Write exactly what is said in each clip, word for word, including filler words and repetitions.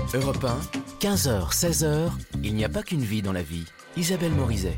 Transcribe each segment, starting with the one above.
Europe un, quinze heures seize heures, il n'y a pas qu'une vie dans la vie. Isabelle Morizet.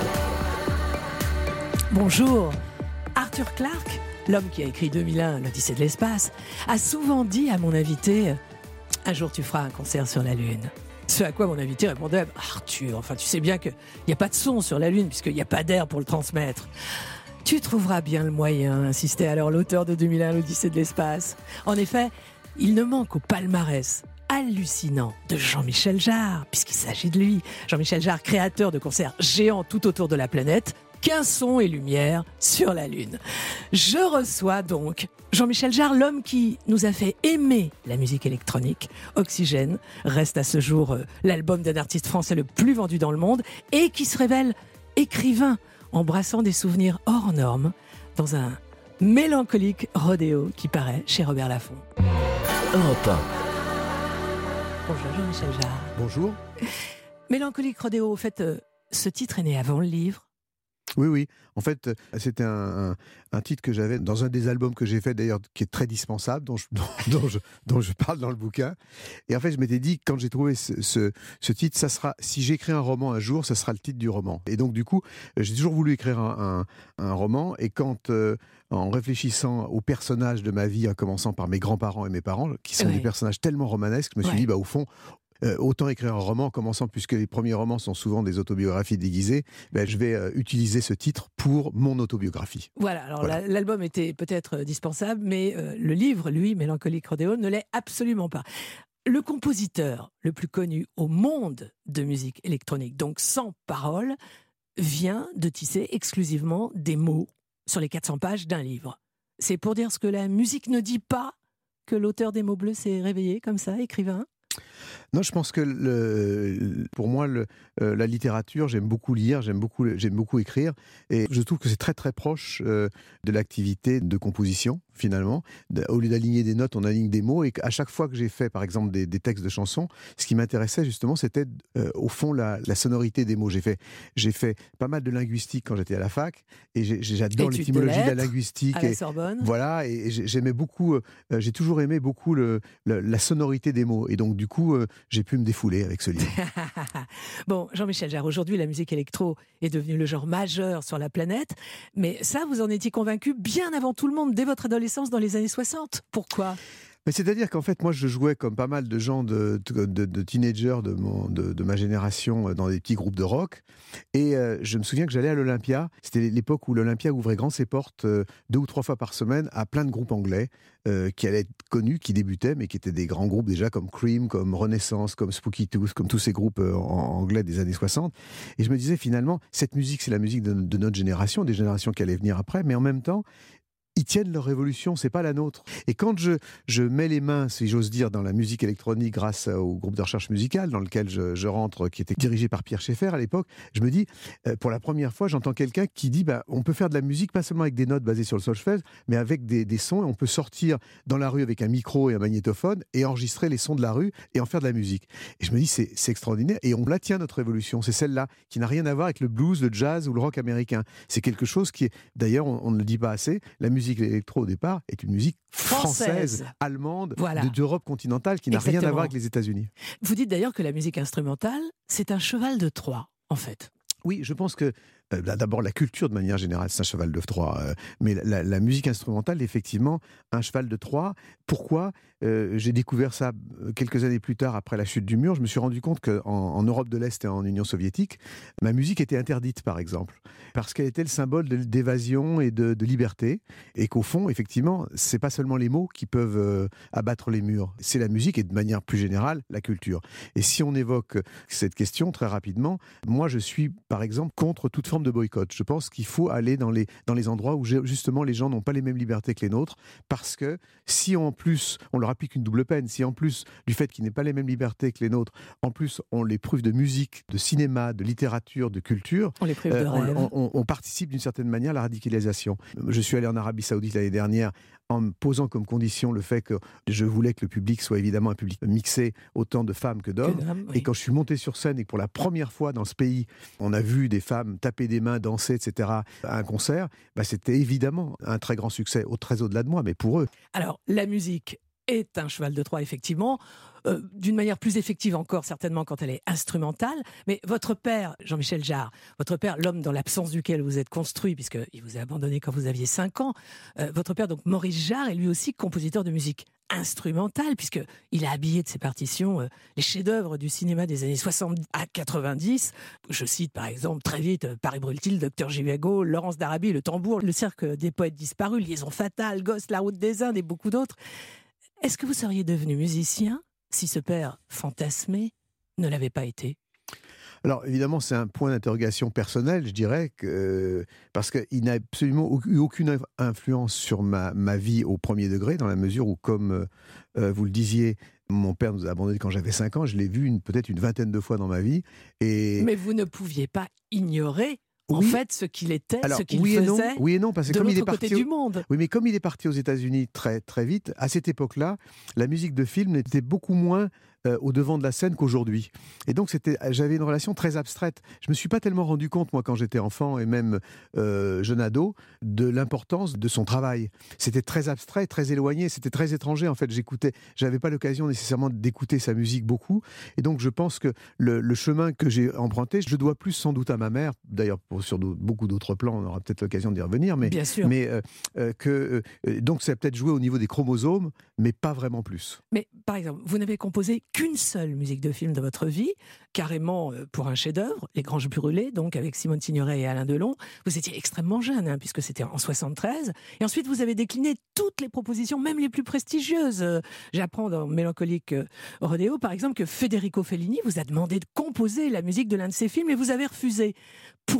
Bonjour. Arthur Clarke, l'homme qui a écrit deux mille un, l'Odyssée de l'espace, a souvent dit à mon invité « Un jour tu feras un concert sur la Lune ». Ce à quoi mon invité répondait « Arthur, enfin tu sais bien qu'il n'y a pas de son sur la Lune puisqu'il n'y a pas d'air pour le transmettre ». « Tu trouveras bien le moyen », insistait alors l'auteur de deux mille un, l'Odyssée de l'espace. En effet, il ne manque au palmarès hallucinant de Jean-Michel Jarre, puisqu'il s'agit de lui. Jean-Michel Jarre, créateur de concerts géants tout autour de la planète, qu'un son et lumière sur la Lune. Je reçois donc Jean-Michel Jarre, l'homme qui nous a fait aimer la musique électronique. Oxygène reste à ce jour euh, l'album d'un artiste français le plus vendu dans le monde et qui se révèle écrivain, embrassant des souvenirs hors normes dans un mélancolique rodéo qui paraît chez Robert Laffont. Europe un. Bonjour Jean-Michel Jarre. Bonjour. Mélancolique rodéo, au fait, euh, ce titre est né avant le livre. Oui, oui. En fait, c'était un, un, un titre que j'avais dans un des albums que j'ai fait, d'ailleurs, qui est très dispensable, dont je, dont, dont je, dont je parle dans le bouquin. Et en fait, je m'étais dit, quand j'ai trouvé ce, ce, ce titre, ça sera, si j'écris un roman un jour, ça sera le titre du roman. Et donc, du coup, j'ai toujours voulu écrire un, un, un roman. Et quand, euh, en réfléchissant aux personnages de ma vie, en commençant par mes grands-parents et mes parents, qui sont Oui. des personnages tellement romanesques, je me suis Ouais. dit, bah, au fond, Euh, autant écrire un roman, en commençant, puisque les premiers romans sont souvent des autobiographies déguisées, ben, je vais euh, utiliser ce titre pour mon autobiographie. Voilà, alors Voilà. la- l'album était peut-être dispensable, mais euh, le livre, lui, Mélancolique Rodéo, ne l'est absolument pas. Le compositeur le plus connu au monde de musique électronique, donc sans parole, vient de tisser exclusivement des mots sur les quatre cents pages d'un livre. C'est pour dire ce que la musique ne dit pas que l'auteur des mots bleus s'est réveillé comme ça, écrivain. Non, je pense que le, pour moi, le, euh, la littérature, j'aime beaucoup lire, j'aime beaucoup, j'aime beaucoup écrire, et je trouve que c'est très très proche euh, de l'activité de composition, finalement. De, au lieu d'aligner des notes, on aligne des mots, et à chaque fois que j'ai fait, par exemple, des, des textes de chansons, ce qui m'intéressait justement, c'était euh, au fond la, la sonorité des mots. J'ai fait, j'ai fait pas mal de linguistique quand j'étais à la fac, et j'ai, j'adore Études de l'étymologie de la lettres, linguistique. à la Et, Sorbonne. voilà, et, et j'aimais beaucoup, euh, j'ai toujours aimé beaucoup le, le, la sonorité des mots, et donc du coup, euh, j'ai pu me défouler avec ce livre. Bon, Jean-Michel Jarre, aujourd'hui, la musique électro est devenue le genre majeur sur la planète. Mais ça, vous en étiez convaincu bien avant tout le monde, dès votre adolescence dans les années soixante. Pourquoi ? Mais c'est-à-dire qu'en fait, moi, je jouais comme pas mal de gens, de, de, de teenagers de, mon, de, de ma génération, dans des petits groupes de rock. Et euh, je me souviens que j'allais à l'Olympia. C'était l'époque où l'Olympia ouvrait grand ses portes euh, deux ou trois fois par semaine à plein de groupes anglais euh, qui allaient être connus, qui débutaient, mais qui étaient des grands groupes déjà comme Cream, comme Renaissance, comme Spooky Tooth, comme tous ces groupes euh, en anglais des années soixante. Et je me disais finalement, cette musique, c'est la musique de, de notre génération, des générations qui allaient venir après, mais en même temps, ils tiennent leur révolution, c'est pas la nôtre. Et quand je, je mets les mains, si j'ose dire, dans la musique électronique grâce au groupe de recherche musicale dans lequel je, je rentre, qui était dirigé par Pierre Schaeffer à l'époque, je me dis, euh, pour la première fois, j'entends quelqu'un qui dit, bah, on peut faire de la musique pas seulement avec des notes basées sur le solfège, mais avec des, des sons, et on peut sortir dans la rue avec un micro et un magnétophone et enregistrer les sons de la rue et en faire de la musique. Et je me dis, c'est, c'est extraordinaire. Et on la tient, notre révolution. C'est celle-là qui n'a rien à voir avec le blues, le jazz ou le rock américain. C'est quelque chose qui est, d'ailleurs, on, on ne le dit pas assez, la musique électro au départ est une musique française, Française. allemande, Voilà. de- d'Europe continentale, qui n'a rien à Exactement. voir avec les États-Unis. Vous dites d'ailleurs que la musique instrumentale, c'est un cheval de Troie, en fait. Oui, je pense que euh, d'abord la culture de manière générale, c'est un cheval de Troie, euh, mais la, la musique instrumentale, effectivement, un cheval de Troie. Pourquoi ? Euh, j'ai découvert ça quelques années plus tard, après la chute du mur. Je me suis rendu compte qu'en en Europe de l'Est et en Union soviétique, ma musique était interdite, par exemple, parce qu'elle était le symbole de- d'évasion et de, de liberté, et qu'au fond, effectivement, c'est pas seulement les mots qui peuvent euh, abattre les murs, c'est la musique et de manière plus générale, la culture. Et si on évoque cette question très rapidement, moi je suis, par exemple, contre toute forme de boycott. Je pense qu'il faut aller dans les, dans les endroits où justement les gens n'ont pas les mêmes libertés que les nôtres, parce que si en plus on leur applique une double peine, si en plus du fait qu'ils n'aient pas les mêmes libertés que les nôtres, en plus on les prive de musique, de cinéma, de littérature, de culture, On les prive de euh, on, rêve. on- on- on participe d'une certaine manière à la radicalisation. Je suis allé en Arabie Saoudite l'année dernière en me posant comme condition le fait que je voulais que le public soit évidemment un public mixé, autant de femmes que d'hommes. Que d'hommes, oui. Et quand je suis monté sur scène et que pour la première fois dans ce pays, on a vu des femmes taper des mains, danser, et cetera à un concert, bah c'était évidemment un très grand succès, au très au-delà de moi, mais pour eux. Alors, la musique est un cheval de Troie, effectivement, euh, d'une manière plus effective encore, certainement, quand elle est instrumentale. Mais votre père, Jean-Michel Jarre, votre père, l'homme dans l'absence duquel vous êtes construit, puisqu'il vous a abandonné quand vous aviez cinq ans, euh, votre père, donc Maurice Jarre, est lui aussi compositeur de musique instrumentale, puisqu'il a habillé de ses partitions euh, les chefs-d'œuvre du cinéma des années soixante à quatre-vingt-dix. Je cite par exemple très vite euh, Paris brûle-t-il, Docteur Givago, Laurence d'Arabie, Le Tambour, Le Cercle des poètes disparus, Liaison fatale, Ghost, La route des Indes et beaucoup d'autres. Est-ce que vous seriez devenu musicien si ce père fantasmé ne l'avait pas été ? Alors évidemment, c'est un point d'interrogation personnel, je dirais, que, parce qu'il n'a absolument eu aucune influence sur ma, ma vie au premier degré, dans la mesure où, comme euh, vous le disiez, mon père nous a abandonnés quand j'avais cinq ans, je l'ai vu une, peut-être une vingtaine de fois dans ma vie. Et... Mais vous ne pouviez pas ignorer en oui. fait ce qu'il était, Alors, ce qu'il oui et faisait non, oui et non, parce que de comme il est l'autre parti côté au... du monde. Oui, mais comme il est parti aux États-Unis très très vite, à cette époque-là, la musique de film était beaucoup moins euh, au devant de la scène qu'aujourd'hui. Et donc c'était, j'avais une relation très abstraite. Je me suis pas tellement rendu compte, moi, quand j'étais enfant et même euh, jeune ado, de l'importance de son travail. C'était très abstrait, très éloigné, c'était très étranger. En fait, j'écoutais, j'avais pas l'occasion nécessairement d'écouter sa musique beaucoup. Et donc je pense que le, le chemin que j'ai emprunté, je le dois plus sans doute à ma mère. D'ailleurs, pour, sur beaucoup d'autres plans, on aura peut-être l'occasion d'y revenir. Mais, Bien sûr. mais euh, euh, que euh, donc ça a peut-être joué au niveau des chromosomes, mais pas vraiment plus. Mais par exemple, vous n'avez composé qu'une seule musique de film de votre vie, carrément euh, pour un chef-d'œuvre, Les Granges Brûlées, donc avec Simone Signoret et Alain Delon. Vous étiez extrêmement jeune, hein, puisque c'était en soixante-treize. Et ensuite, vous avez décliné toutes les propositions, même les plus prestigieuses. Euh, J'apprends dans Mélancolique euh, Rodéo, par exemple, que Federico Fellini vous a demandé de composer la musique de l'un de ses films et vous avez refusé. Pourquoi ?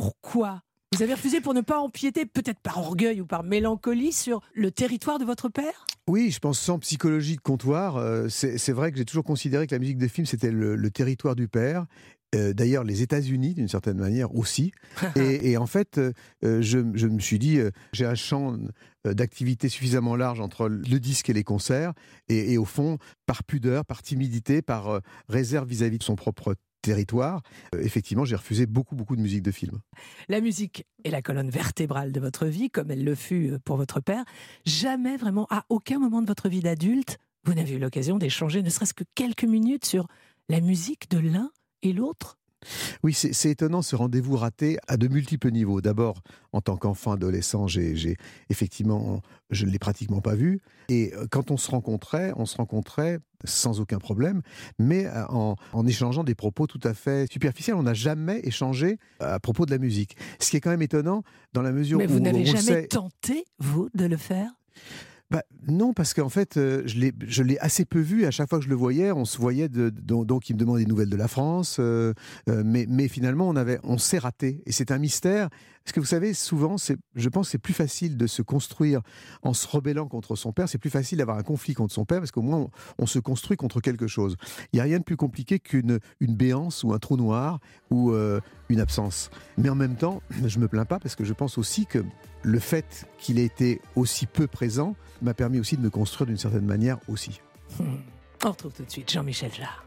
Vous avez refusé pour ne pas empiéter, peut-être par orgueil ou par mélancolie, sur le territoire de votre père ? Oui, je pense sans psychologie de comptoir. Euh, c'est, c'est vrai que j'ai toujours considéré que la musique de film, c'était le, le territoire du père. Euh, d'ailleurs, les États-Unis, d'une certaine manière, aussi. et, et en fait, euh, je, je me suis dit, euh, j'ai un champ d'activité suffisamment large entre le disque et les concerts. Et, et au fond, par pudeur, par timidité, par euh, réserve vis-à-vis de son propre territoire, euh, effectivement, j'ai refusé beaucoup, beaucoup de musique de film. La musique est la colonne vertébrale de votre vie, comme elle le fut pour votre père. Jamais, vraiment, à aucun moment de votre vie d'adulte, vous n'avez eu l'occasion d'échanger ne serait-ce que quelques minutes sur la musique de l'un et l'autre ? Oui, c'est, c'est étonnant ce rendez-vous raté à de multiples niveaux. D'abord, en tant qu'enfant adolescent, j'ai, j'ai effectivement, je ne l'ai pratiquement pas vu. Et quand on se rencontrait, on se rencontrait sans aucun problème, mais en, en échangeant des propos tout à fait superficiels. On n'a jamais échangé à propos de la musique. Ce qui est quand même étonnant, dans la mesure où... Mais vous n'avez on jamais sait... tenté, vous, de le faire ? Bah, non, parce qu'en fait, euh, je, l'ai, je l'ai assez peu vu. À chaque fois que je le voyais, on se voyait, de, de, donc il me demandait des nouvelles de la France, euh, euh, mais, mais finalement, on, avait, on s'est raté. Et c'est un mystère. Parce que vous savez, souvent, c'est, je pense que c'est plus facile de se construire en se rebellant contre son père. C'est plus facile d'avoir un conflit contre son père, parce qu'au moins, on, on se construit contre quelque chose. Il n'y a rien de plus compliqué qu'une une béance ou un trou noir ou euh, une absence. Mais en même temps, je ne me plains pas, parce que je pense aussi que le fait qu'il ait été aussi peu présent m'a permis aussi de me construire d'une certaine manière aussi. Hmm. On retrouve tout de suite Jean-Michel Jarre.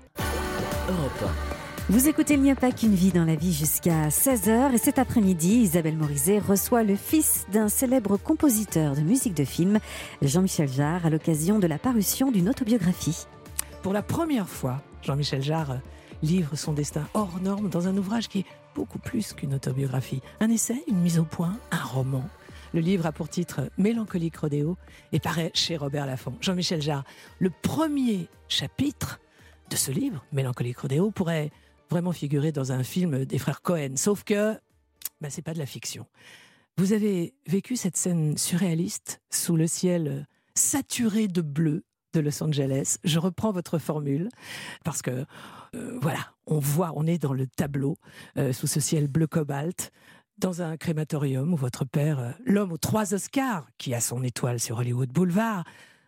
Europe Vous écoutez Il n'y a pas qu'une vie dans la vie jusqu'à seize heures et cet après-midi, Isabelle Morizet reçoit le fils d'un célèbre compositeur de musique de film, Jean-Michel Jarre, à l'occasion de la parution d'une autobiographie. Pour la première fois, Jean-Michel Jarre livre son destin hors norme dans un ouvrage qui est beaucoup plus qu'une autobiographie. Un essai, une mise au point, un roman. Le livre a pour titre Mélancolique Rodéo et paraît chez Robert Laffont. Jean-Michel Jarre, le premier chapitre de ce livre, Mélancolique Rodéo, pourrait vraiment figurer dans un film des frères Cohen, sauf que bah, c'est pas de la fiction. Vous avez vécu cette scène surréaliste sous le ciel saturé de bleu de Los Angeles. Je reprends votre formule parce que euh, voilà, on voit, on est dans le tableau euh, sous ce ciel bleu cobalt, dans un crématorium où votre père, euh, l'homme aux trois Oscars, qui a son étoile sur Hollywood Boulevard,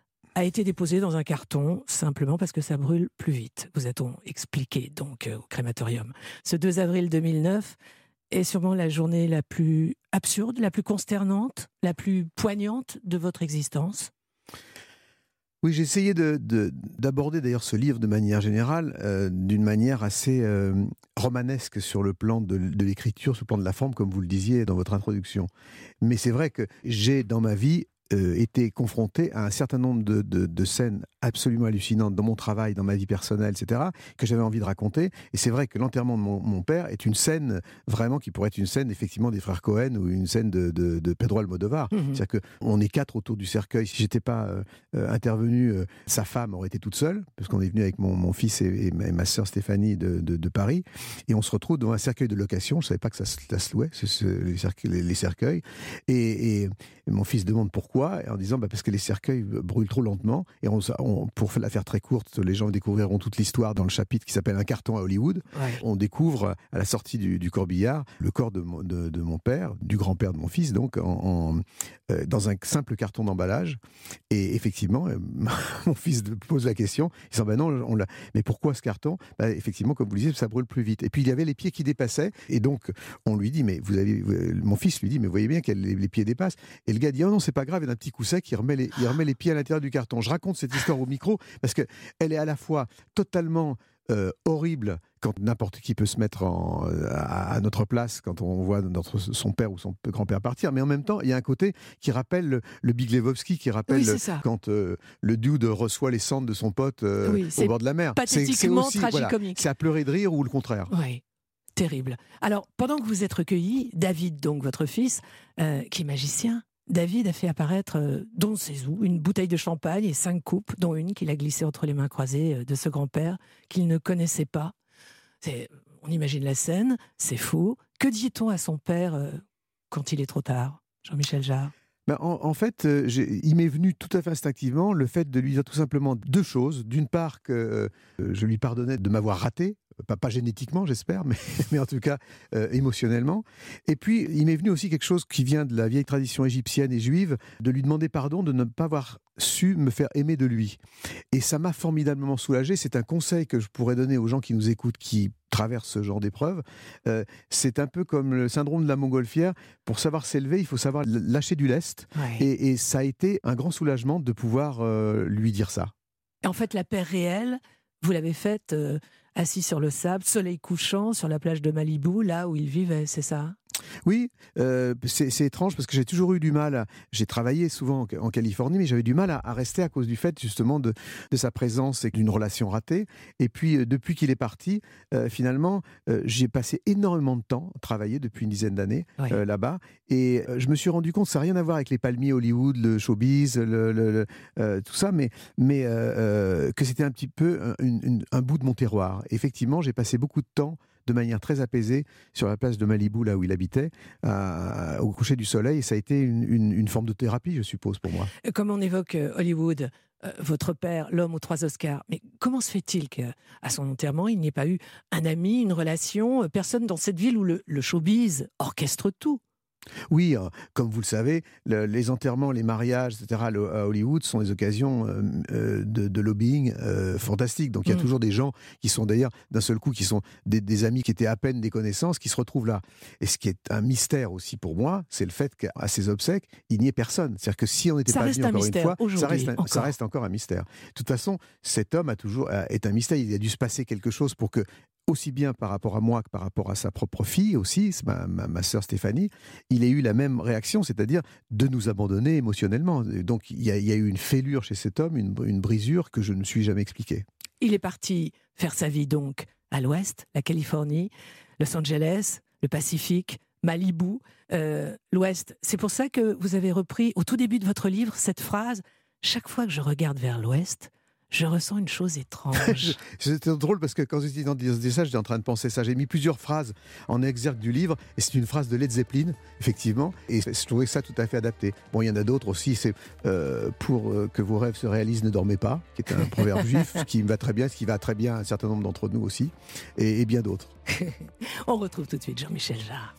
a été déposé dans un carton simplement parce que ça brûle plus vite. Vous a-t-on expliqué donc euh, au crématorium. Ce deux avril deux mille neuf est sûrement la journée la plus absurde, la plus consternante, la plus poignante de votre existence. Oui, j'ai essayé de, de, d'aborder d'ailleurs ce livre de manière générale, euh, d'une manière assez euh, romanesque sur le plan de, de l'écriture, sur le plan de la forme, comme vous le disiez dans votre introduction. Mais c'est vrai que j'ai dans ma vie euh, été confronté à un certain nombre de, de, de scènes absolument hallucinantes dans mon travail, dans ma vie personnelle, et cetera, que j'avais envie de raconter. Et c'est vrai que l'enterrement de mon, mon père est une scène vraiment qui pourrait être une scène effectivement des frères Cohen ou une scène de, de, de Pedro Almodovar. Mmh. C'est-à-dire qu'on est quatre autour du cercueil. Si j'étais pas euh, euh, intervenu, euh, sa femme aurait été toute seule, parce qu'on est venu avec mon, mon fils et, et ma, et ma sœur Stéphanie de, de, de Paris, et on se retrouve devant un cercueil de location. Je savais pas que ça, ça se louait, ce, ce, les, cercueils, les, les cercueils. Et, et, et mon fils demande pourquoi, en disant bah, parce que les cercueils brûlent trop lentement. Et on, on, pour la faire très courte, les gens découvriront toute l'histoire dans le chapitre qui s'appelle Un carton à Hollywood. Ouais. On découvre à la sortie du, du corbillard le corps de mon, de, de mon père, du grand-père de mon fils, donc en, en, euh, dans un simple carton d'emballage. Et effectivement, euh, mon fils pose la question. Il dit bah non, on l'a. Mais pourquoi ce carton? Bah, effectivement, comme vous le disiez, ça brûle plus vite. Et puis il y avait les pieds qui dépassaient. Et donc on lui dit mais vous avez, vous, mon fils lui dit mais vous voyez bien que les, les pieds dépassent. Et le gars dit oh non c'est pas grave, il y a un petit coup sec, il remet les, il remet les pieds à l'intérieur du carton. Je raconte cette histoire au micro parce que elle est à la fois totalement euh, horrible quand n'importe qui peut se mettre en, à, à notre place quand on voit notre, son père ou son grand-père partir, mais en même temps il y a un côté qui rappelle le, le Big Lebowski, qui rappelle oui, le, quand euh, le dude reçoit les cendres de son pote euh, oui, au bord de la mer. Pathétiquement tragicomique. Voilà, c'est à pleurer de rire ou le contraire. Oui. Terrible. Alors, pendant que vous êtes recueillis, David, donc votre fils, euh, qui est magicien, David a fait apparaître, euh, dans ne sait où, une bouteille de champagne et cinq coupes, dont une qu'il a glissée entre les mains croisées euh, de ce grand-père qu'il ne connaissait pas. C'est, on imagine la scène, c'est fou. Que dit-on à son père euh, quand il est trop tard, Jean-Michel Jarre? Ben en, en fait, euh, il m'est venu tout à fait instinctivement le fait de lui dire tout simplement deux choses. D'une part, que euh, je lui pardonnais de m'avoir raté, pas, pas génétiquement, j'espère, mais, mais en tout cas euh, émotionnellement. Et puis, il m'est venu aussi quelque chose qui vient de la vieille tradition égyptienne et juive, de lui demander pardon de ne pas avoir su me faire aimer de lui. Et ça m'a formidablement soulagé. C'est un conseil que je pourrais donner aux gens qui nous écoutent, qui traversent ce genre d'épreuve. Euh, c'est un peu comme le syndrome de la montgolfière. Pour savoir s'élever, il faut savoir lâcher du lest. Ouais. Et, et ça a été un grand soulagement de pouvoir euh, lui dire ça. En fait, la paix réelle, vous l'avez faite euh, assis sur le sable, soleil couchant, sur la plage de Malibu, là où il vivait, c'est ça ? Oui, euh, c'est, c'est étrange parce que j'ai toujours eu du mal, à, j'ai travaillé souvent en, en Californie, mais j'avais du mal à, à rester à cause du fait justement de, de sa présence et d'une relation ratée. Et puis euh, depuis qu'il est parti, euh, finalement, euh, j'ai passé énormément de temps à travailler depuis une dizaine d'années oui. euh, là-bas. Et euh, je me suis rendu compte, ça n'a rien à voir avec les palmiers Hollywood, le showbiz, le, le, le, euh, tout ça, mais, mais euh, euh, que c'était un petit peu un, une, un bout de mon terroir. Effectivement, j'ai passé beaucoup de temps de manière très apaisée sur la place de Malibu, là où il habitait, euh, au coucher du soleil. Et ça a été une, une, une forme de thérapie, je suppose, pour moi. Comme on évoque Hollywood, euh, votre père, l'homme aux trois Oscars, mais comment se fait-il qu'à son enterrement, il n'y ait pas eu un ami, une relation, personne dans cette ville où le, le showbiz orchestre tout ? Oui, euh, comme vous le savez, le, les enterrements, les mariages, et cetera, le, à Hollywood sont des occasions euh, euh, de, de lobbying euh, fantastiques. Donc il y a mmh. toujours des gens qui sont d'ailleurs, d'un seul coup, qui sont des, des amis qui étaient à peine des connaissances, qui se retrouvent là. Et ce qui est un mystère aussi pour moi, c'est le fait qu'à ces obsèques, il n'y ait personne. C'est-à-dire que si on n'était pas venu encore une fois, ça reste, un, ça reste encore un mystère. De toute façon, cet homme a toujours, est un mystère. Il a dû se passer quelque chose pour que, aussi bien par rapport à moi que par rapport à sa propre fille aussi, ma, ma, ma sœur Stéphanie, il a eu la même réaction, c'est-à-dire de nous abandonner émotionnellement. Donc il y a, il y a eu une fêlure chez cet homme, une, une brisure que je ne me suis jamais expliquée. Il est parti faire sa vie donc à l'ouest, la Californie, Los Angeles, le Pacifique, Malibu, euh, l'ouest. C'est pour ça que vous avez repris au tout début de votre livre cette phrase « Chaque fois que je regarde vers l'ouest, je ressens une chose étrange. » C'était drôle parce que quand vous étiez en train de dire ça, j'étais en train de penser ça. J'ai mis plusieurs phrases en exergue du livre et c'est une phrase de Led Zeppelin, effectivement, et je trouvais ça tout à fait adapté. Bon, il y en a d'autres aussi, c'est euh, pour euh, que vos rêves se réalisent, ne dormez pas, qui est un proverbe juif, ce qui me va très bien, ce qui va très bien à un certain nombre d'entre nous aussi, et, et bien d'autres. On retrouve tout de suite Jean-Michel Jarre.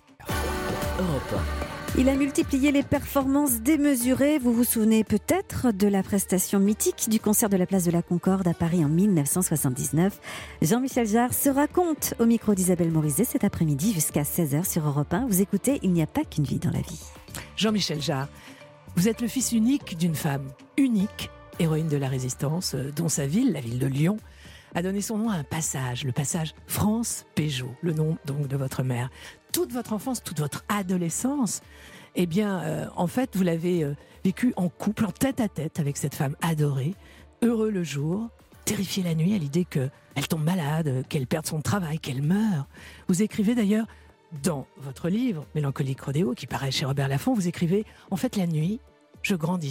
Europe. Il a multiplié les performances démesurées. Vous vous souvenez peut-être de la prestation mythique du concert de la place de la Concorde à Paris en dix-neuf cent soixante-dix-neuf. Jean-Michel Jarre se raconte au micro d'Isabelle Morizet cet après-midi jusqu'à seize heures sur Europe un. Vous écoutez Il n'y a pas qu'une vie dans la vie. Jean-Michel Jarre, vous êtes le fils unique d'une femme unique, héroïne de la résistance, dont sa ville, la ville de Lyon, a donné son nom à un passage, le passage France Pégeot, le nom donc de votre mère. Toute votre enfance, toute votre adolescence Eh bien, euh, en fait, vous l'avez euh, vécu en couple, en tête-à-tête avec cette femme adorée, heureux le jour, terrifié la nuit à l'idée qu'elle tombe malade, qu'elle perde son travail, qu'elle meure. Vous écrivez d'ailleurs dans votre livre, Mélancolique Rodéo, qui paraît chez Robert Laffont, vous écrivez « En fait, la nuit, je grandissais ».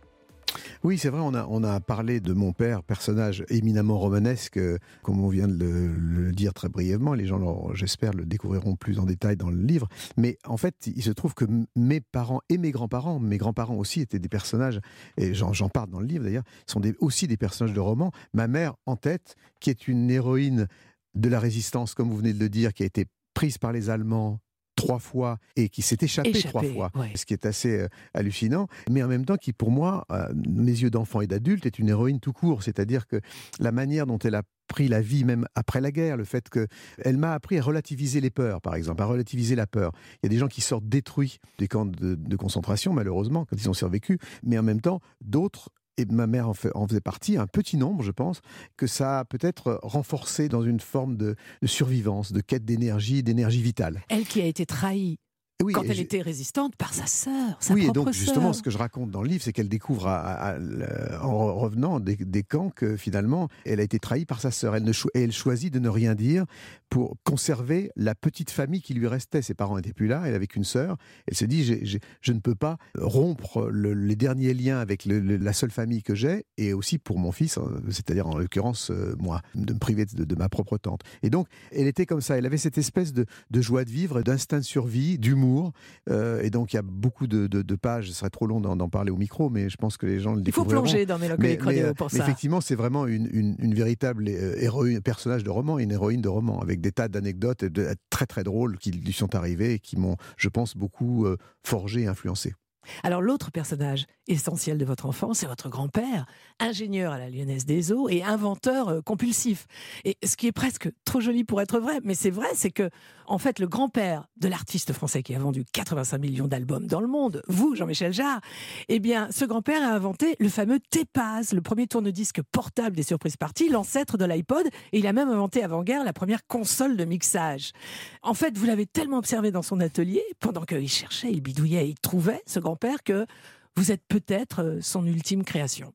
Oui, c'est vrai, on a, on a parlé de mon père, personnage éminemment romanesque, euh, comme on vient de le, le dire très brièvement. Les gens, alors, j'espère, le découvriront plus en détail dans le livre. Mais en fait, il se trouve que m- mes parents et mes grands-parents, mes grands-parents aussi étaient des personnages, et j'en, j'en parle dans le livre d'ailleurs, sont des, aussi des personnages de romans. Ma mère, en tête, qui est une héroïne de la résistance, comme vous venez de le dire, qui a été prise par les Allemands trois fois et qui s'est échappée Échappé, trois fois, ouais. ce qui est assez euh, hallucinant, mais en même temps qui pour moi, euh, mes yeux d'enfant et d'adulte, est une héroïne tout court, c'est-à-dire que la manière dont elle a pris la vie même après la guerre, le fait qu'elle m'a appris à relativiser les peurs, par exemple, à relativiser la peur. Il y a des gens qui sortent détruits des camps de, de concentration, malheureusement, quand ils ont survécu, mais en même temps, d'autres, et ma mère en, fait, en faisait partie, un petit nombre, je pense, que ça a peut-être renforcé dans une forme de, de survivance, de quête d'énergie, d'énergie vitale. Elle qui a été trahie Oui, quand et elle j'ai- était résistante par sa sœur, sa Oui, et propre donc justement, sœur. ce que je raconte dans le livre, c'est qu'elle découvre à- à- à- en revenant des, des camps que finalement, elle a été trahie par sa sœur. Elle, ne cho- et elle choisit de ne rien dire pour conserver la petite famille qui lui restait. Ses parents n'étaient plus là, elle avait qu'une sœur. Elle se dit, j'ai- j'ai- je ne peux pas rompre le- les derniers liens avec le- le- la seule famille que j'ai, et aussi pour mon fils, hein, c'est-à-dire en l'occurrence euh, moi, de me priver de, de ma propre tante. Et donc, elle était comme ça. Elle avait cette espèce de, de joie de vivre, d'instinct de survie, d'humour. Euh, et donc, il y a beaucoup de, de- de pages. Ce serait trop long d'en, d'en parler au micro, mais je pense que les gens le Il faut découvriront. plonger dans Mélancolique Rodéo euh, pour mais ça. effectivement, c'est vraiment une, une- une véritable euh, héroïne, personnage de roman, une héroïne de roman, avec des tas d'anecdotes et de- très très drôles qui lui sont arrivées et qui m'ont, je pense, beaucoup euh, forgé et influencé. Alors l'autre personnage essentiel de votre enfance, c'est votre grand-père, ingénieur à la Lyonnaise des Eaux et inventeur euh, compulsif. Et ce qui est presque trop joli pour être vrai, mais c'est vrai, c'est que en fait le grand-père de l'artiste français qui a vendu quatre-vingt-cinq millions d'albums dans le monde, vous Jean-Michel Jarre, eh bien ce grand-père a inventé le fameux T-Paz, le premier tourne-disque portable des Surprise Party, l'ancêtre de l'iPod, et il a même inventé avant-guerre la première console de mixage. En fait, vous l'avez tellement observé dans son atelier, pendant qu'il cherchait, il bidouillait, il trouvait ce grand-père, que vous êtes peut-être euh, son ultime création.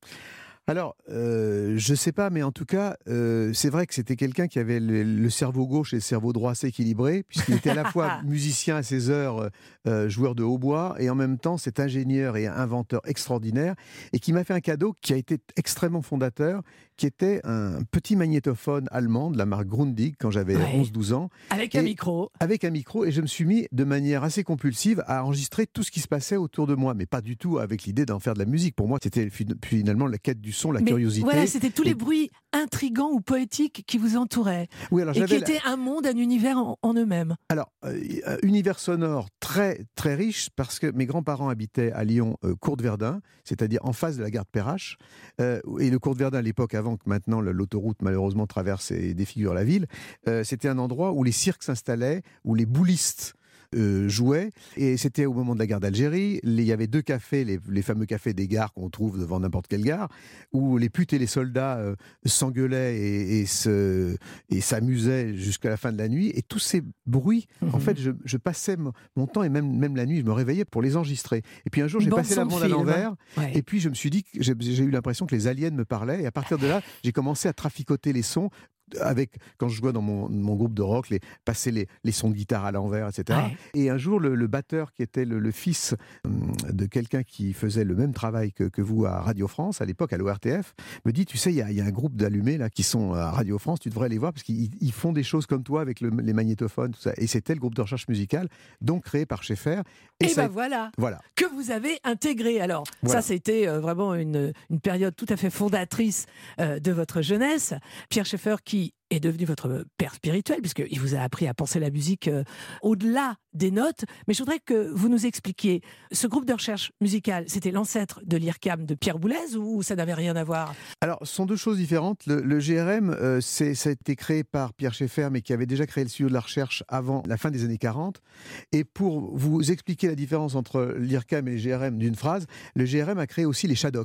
Alors, euh, je sais pas, mais en tout cas, euh, c'est vrai que c'était quelqu'un qui avait le, le cerveau gauche et le cerveau droit assez équilibré, puisqu'il était à la fois musicien à ses heures, euh, joueur de hautbois, et en même temps cet ingénieur et inventeur extraordinaire, et qui m'a fait un cadeau qui a été extrêmement fondateur, qui était un petit magnétophone allemand de la marque Grundig, quand j'avais Ouais. onze douze ans, Avec Et- un micro. avec un micro, et je me suis mis de manière assez compulsive à enregistrer tout ce qui se passait autour de moi, mais pas du tout avec l'idée d'en faire de la musique. Pour moi, c'était fi- finalement la quête du son, la Mais curiosité. voilà, c'était tous les Et- bruits intrigants ou poétiques qui vous entouraient, Oui, alors et qui j'avais la- étaient un monde, un univers en, en eux-mêmes. Alors, euh, un univers sonore très, très riche, parce que mes grands-parents habitaient à Lyon, euh, Cour de Verdun, c'est-à-dire en face de la gare de Perrache. Euh, et le Cour de Verdun, à l'époque, avant que maintenant le- l'autoroute malheureusement traverse et défigure la ville, euh, c'était un endroit où les cirques s'installaient, où les boulistes euh, jouaient. Et c'était au moment de la guerre d'Algérie. Les- Il y avait deux cafés, les, les fameux cafés des gares qu'on trouve devant n'importe quelle gare, où les putes et les soldats euh, s'engueulaient et, et se- et s'amusaient jusqu'à la fin de la nuit. Et tous ces bruits, en fait, je, je passais mon, mon temps, et même, même la nuit, je me réveillais pour les enregistrer. Et puis un jour, Une j'ai passé la bande-son bande de à film. l'envers. Ouais. Et puis je me suis dit, que j'ai j'ai eu l'impression que les aliens me parlaient. Et à partir de là, j'ai commencé à traficoter les sons. Avec, quand je jouais dans mon, mon groupe de rock, les, passer les, les sons de guitare à l'envers, et cetera. Ouais. Et un jour, le, le batteur, qui était le, le fils hum, de quelqu'un qui faisait le même travail que, que vous à Radio France, à l'époque, à l'O R T F, me dit, tu sais, il y, a- il y a un groupe d'allumés là, qui sont à Radio France, tu devrais les voir, parce qu'ils ils font des choses comme toi avec le- les magnétophones, tout ça. Et c'était le groupe de recherche musicale, donc créé par Schaeffer. Et, ça ben a- voilà, Voilà. que vous avez intégré. Alors, Voilà. ça, c'était euh, vraiment une, une période tout à fait fondatrice euh, de votre jeunesse. Pierre Schaeffer, qui est devenu votre père spirituel, puisqu'il vous a appris à penser la musique euh, au-delà des notes. Mais je voudrais que vous nous expliquiez, ce groupe de recherche musicale, c'était l'ancêtre de l'I R C A M de Pierre Boulez, ou ça n'avait rien à voir? Alors, ce sont deux choses différentes. Le, le G R M, euh, c'est, ça a été créé par Pierre Schaeffer, mais qui avait déjà créé le studio de la recherche avant la fin des années quarante. Et pour vous expliquer la différence entre l'I R C A M et le G R M d'une phrase, le G R M a créé aussi les Shadocks.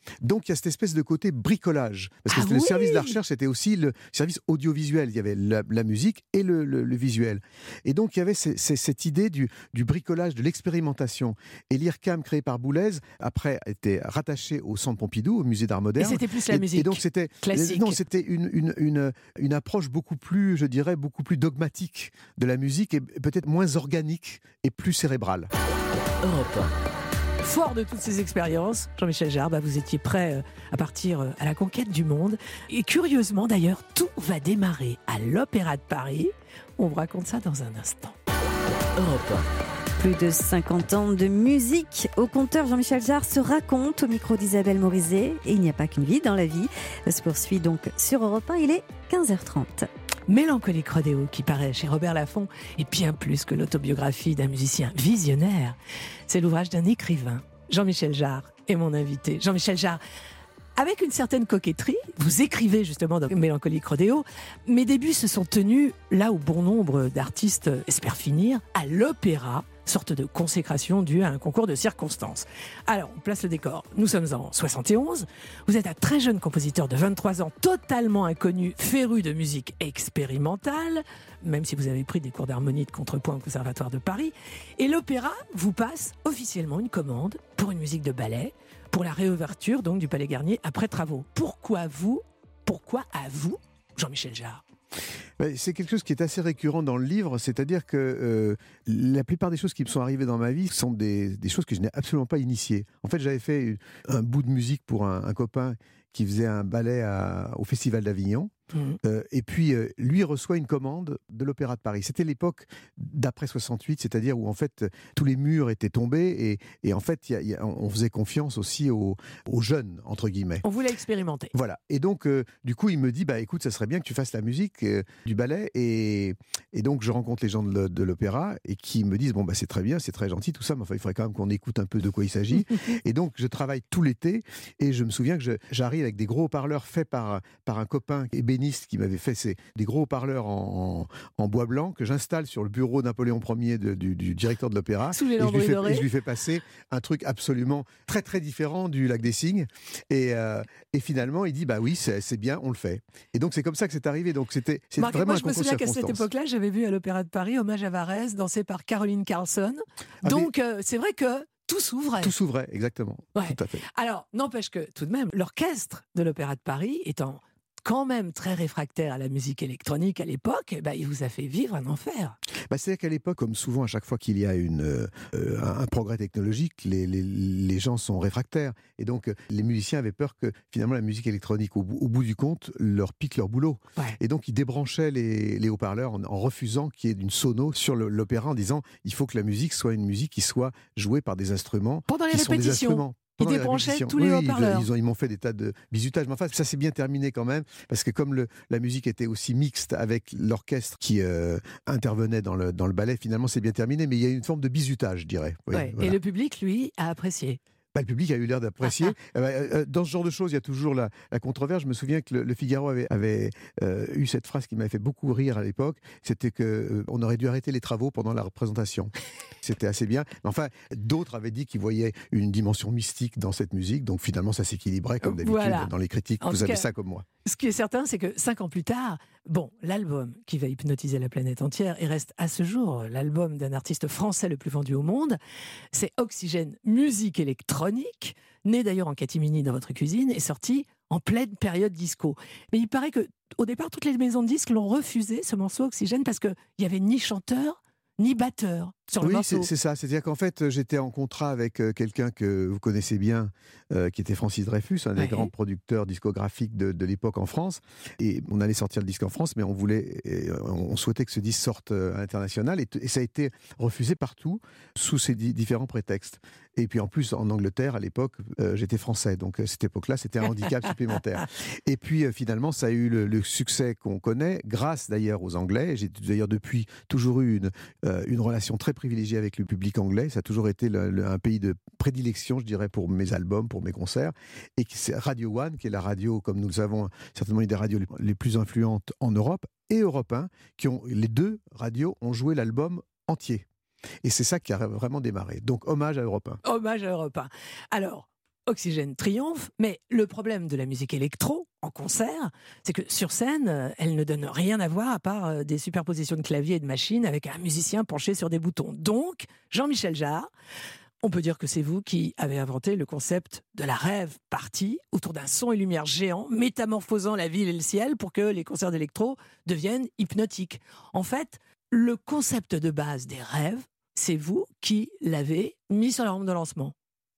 Donc il y a cette espèce de côté bricolage. Parce que Ah c'était le oui service de la recherche, c'était aussi le service audiovisuel. Il y avait la, la musique et le, le, le visuel. Et donc il y avait ces, ces, cette idée du, du bricolage, de l'expérimentation. Et l'I R C A M, créé par Boulez, après était rattaché au Centre Pompidou, au musée d'art moderne. Et c'était plus la et, musique et donc c'était classique. Non, c'était une, une, une, une approche beaucoup plus, je dirais, beaucoup plus dogmatique de la musique et peut-être moins organique et plus cérébrale. Europe un. Fort de toutes ces expériences, Jean-Michel Jarre, bah, vous étiez prêt euh, à partir euh, à la conquête du monde. Et curieusement d'ailleurs, tout va démarrer à l'Opéra de Paris. On vous raconte ça dans un instant. Europe un. Plus de cinquante ans de musique au compteur. Jean-Michel Jarre se raconte au micro d'Isabelle Morizet. Et il n'y a pas qu'une vie dans la vie. Ça se poursuit donc sur Europe un, il est quinze heures trente. Mélancolique Rodéo, qui paraît chez Robert Laffont, est bien plus que l'autobiographie d'un musicien visionnaire. C'est l'ouvrage d'un écrivain, Jean-Michel Jarre, est mon invité. Jean-Michel Jarre, avec une certaine coquetterie, vous écrivez justement dans Mélancolique Rodéo. Mes débuts se sont tenus là où bon nombre d'artistes espèrent finir, à l'opéra, sorte de consécration due à un concours de circonstances. Alors, on place le décor. Nous sommes en soixante et onze. Vous êtes un très jeune compositeur de vingt-trois ans, totalement inconnu, féru de musique expérimentale, même si vous avez pris des cours d'harmonie de contrepoint au Conservatoire de Paris. Et l'opéra vous passe officiellement une commande pour une musique de ballet, pour la réouverture donc du Palais Garnier après travaux. Pourquoi vous Pourquoi à vous, Jean-Michel Jarre ? C'est quelque chose qui est assez récurrent dans le livre, c'est-à-dire que euh, la plupart des choses qui me sont arrivées dans ma vie sont des, des choses que je n'ai absolument pas initiées. En fait, j'avais fait un bout de musique pour un, un copain qui faisait un ballet à, au Festival d'Avignon. Mmh. Euh, et puis, euh, lui reçoit une commande de l'Opéra de Paris. C'était l'époque d'après soixante-huit, c'est-à-dire où, en fait, tous les murs étaient tombés et, et en fait, y a, y a, on faisait confiance aussi aux, aux jeunes, entre guillemets. On voulait expérimenter. Voilà. Et donc, euh, du coup, il me dit, bah, écoute, ça serait bien que tu fasses la musique euh, du ballet. Et, et donc, je rencontre les gens de, de l'Opéra et qui me disent, bon, bah, c'est très bien, c'est très gentil, tout ça, mais enfin, il faudrait quand même qu'on écoute un peu de quoi il s'agit. Et donc, je travaille tout l'été et je me souviens que je, j'arrive avec des gros haut-parleurs faits par, par un copain ébéniste qui m'avait fait ces, des gros haut-parleurs en, en, en bois blanc que j'installe sur le bureau Napoléon Ier de, du, du directeur de l'Opéra. Sous les et, je lui fais, dorés. et je lui fais passer un truc absolument très très différent du Lac des Cygnes. Et, euh, et finalement, il dit bah oui, c'est, c'est bien, on le fait. Et donc c'est comme ça que c'est arrivé. Donc c'était c'est Marc, vraiment moi, un je me concours de souviens qu'à cette circonstances. époque-là, j'avais vu à l'Opéra de Paris Hommage à Varese, dansé par Caroline Carlson. Ah, Donc euh, c'est vrai que tout s'ouvrait. Tout s'ouvrait, exactement. Ouais. Tout à fait. Alors, n'empêche que, tout de même, l'orchestre de l'Opéra de Paris étant quand même très réfractaire à la musique électronique à l'époque, eh ben, il vous a fait vivre un enfer. Bah, c'est-à-dire qu'à l'époque, comme souvent, à chaque fois qu'il y a une, euh, un, un progrès technologique, les, les, les gens sont réfractaires. Et donc, les musiciens avaient peur que, finalement, la musique électronique, au, au bout du compte, leur pique leur boulot. Ouais. Et donc, ils débranchaient les, les haut-parleurs en, en refusant qu'il y ait une sono sur le, l'opéra, en disant il faut que la musique soit une musique qui soit jouée par des instruments. Pendant les qui sont des répétitions. instruments. Ils Pendant les débranchaient répétitions. tous les oui, haut-parleurs. Ils, ils, ont, ils m'ont fait des tas de bisutages. Mais enfin, ça s'est bien terminé quand même, parce que comme le, la musique était aussi mixte avec l'orchestre qui euh, intervenait dans le, dans le ballet, finalement, c'est bien terminé. Mais il y a une forme de bizutage, je dirais. Oui, ouais. voilà. Et le public, lui, a apprécié. Bah, le public a eu l'air d'apprécier. Ah, ah. Dans ce genre de choses, il y a toujours la, la controverse. Je me souviens que le, le Figaro avait, avait euh, eu cette phrase qui m'avait fait beaucoup rire à l'époque. C'était qu'on euh, aurait dû arrêter les travaux pendant la représentation. C'était assez bien. Mais enfin, d'autres avaient dit qu'ils voyaient une dimension mystique dans cette musique. Donc finalement, ça s'équilibrait comme d'habitude voilà. Dans les critiques. En Vous avez cas, ça comme moi. Ce qui est certain, c'est que cinq ans plus tard, bon, l'album qui va hypnotiser la planète entière et reste à ce jour l'album d'un artiste français le plus vendu au monde, c'est Oxygène, musique électronique, né d'ailleurs en catimini dans votre cuisine et sorti en pleine période disco. Mais il paraît que au départ, toutes les maisons de disques l'ont refusé, ce morceau Oxygène, parce qu'il n'y avait ni chanteur, ni batteur sur le oui, morceau. Oui, c'est, c'est ça. C'est-à-dire qu'en fait, j'étais en contrat avec euh, quelqu'un que vous connaissez bien, euh, qui était Francis Dreyfus, un des ouais. grands producteurs discographiques de, de l'époque en France. Et on allait sortir le disque en France, mais on voulait, et on souhaitait que ce disque sorte à l'international. Et, et ça a été refusé partout, sous ces di- différents prétextes. Et puis en plus, en Angleterre, à l'époque, euh, j'étais français. Donc à cette époque-là, c'était un handicap supplémentaire. Et puis euh, finalement, ça a eu le, le succès qu'on connaît, grâce d'ailleurs aux Anglais. J'ai d'ailleurs depuis toujours eu une, euh, une relation très privilégiée avec le public anglais. Ça a toujours été le, le, un pays de prédilection, je dirais, pour mes albums, pour mes concerts. Et c'est Radio One, qui est la radio, comme nous le savons, certainement une des radios les, les plus influentes en Europe, et Europe un, qui ont, les deux radios ont joué l'album entier. Et c'est ça qui a vraiment démarré. Donc, hommage à Europe un. Hommage à Europe un. Alors, Oxygène triomphe, mais le problème de la musique électro en concert, c'est que sur scène, elle ne donne rien à voir à part des superpositions de claviers et de machines avec un musicien penché sur des boutons. Donc, Jean-Michel Jarre, on peut dire que c'est vous qui avez inventé le concept de la rave party autour d'un son et lumière géant métamorphosant la ville et le ciel pour que les concerts d'électro deviennent hypnotiques. En fait, le concept de base des rêves, c'est vous qui l'avez mis sur la rampe de lancement.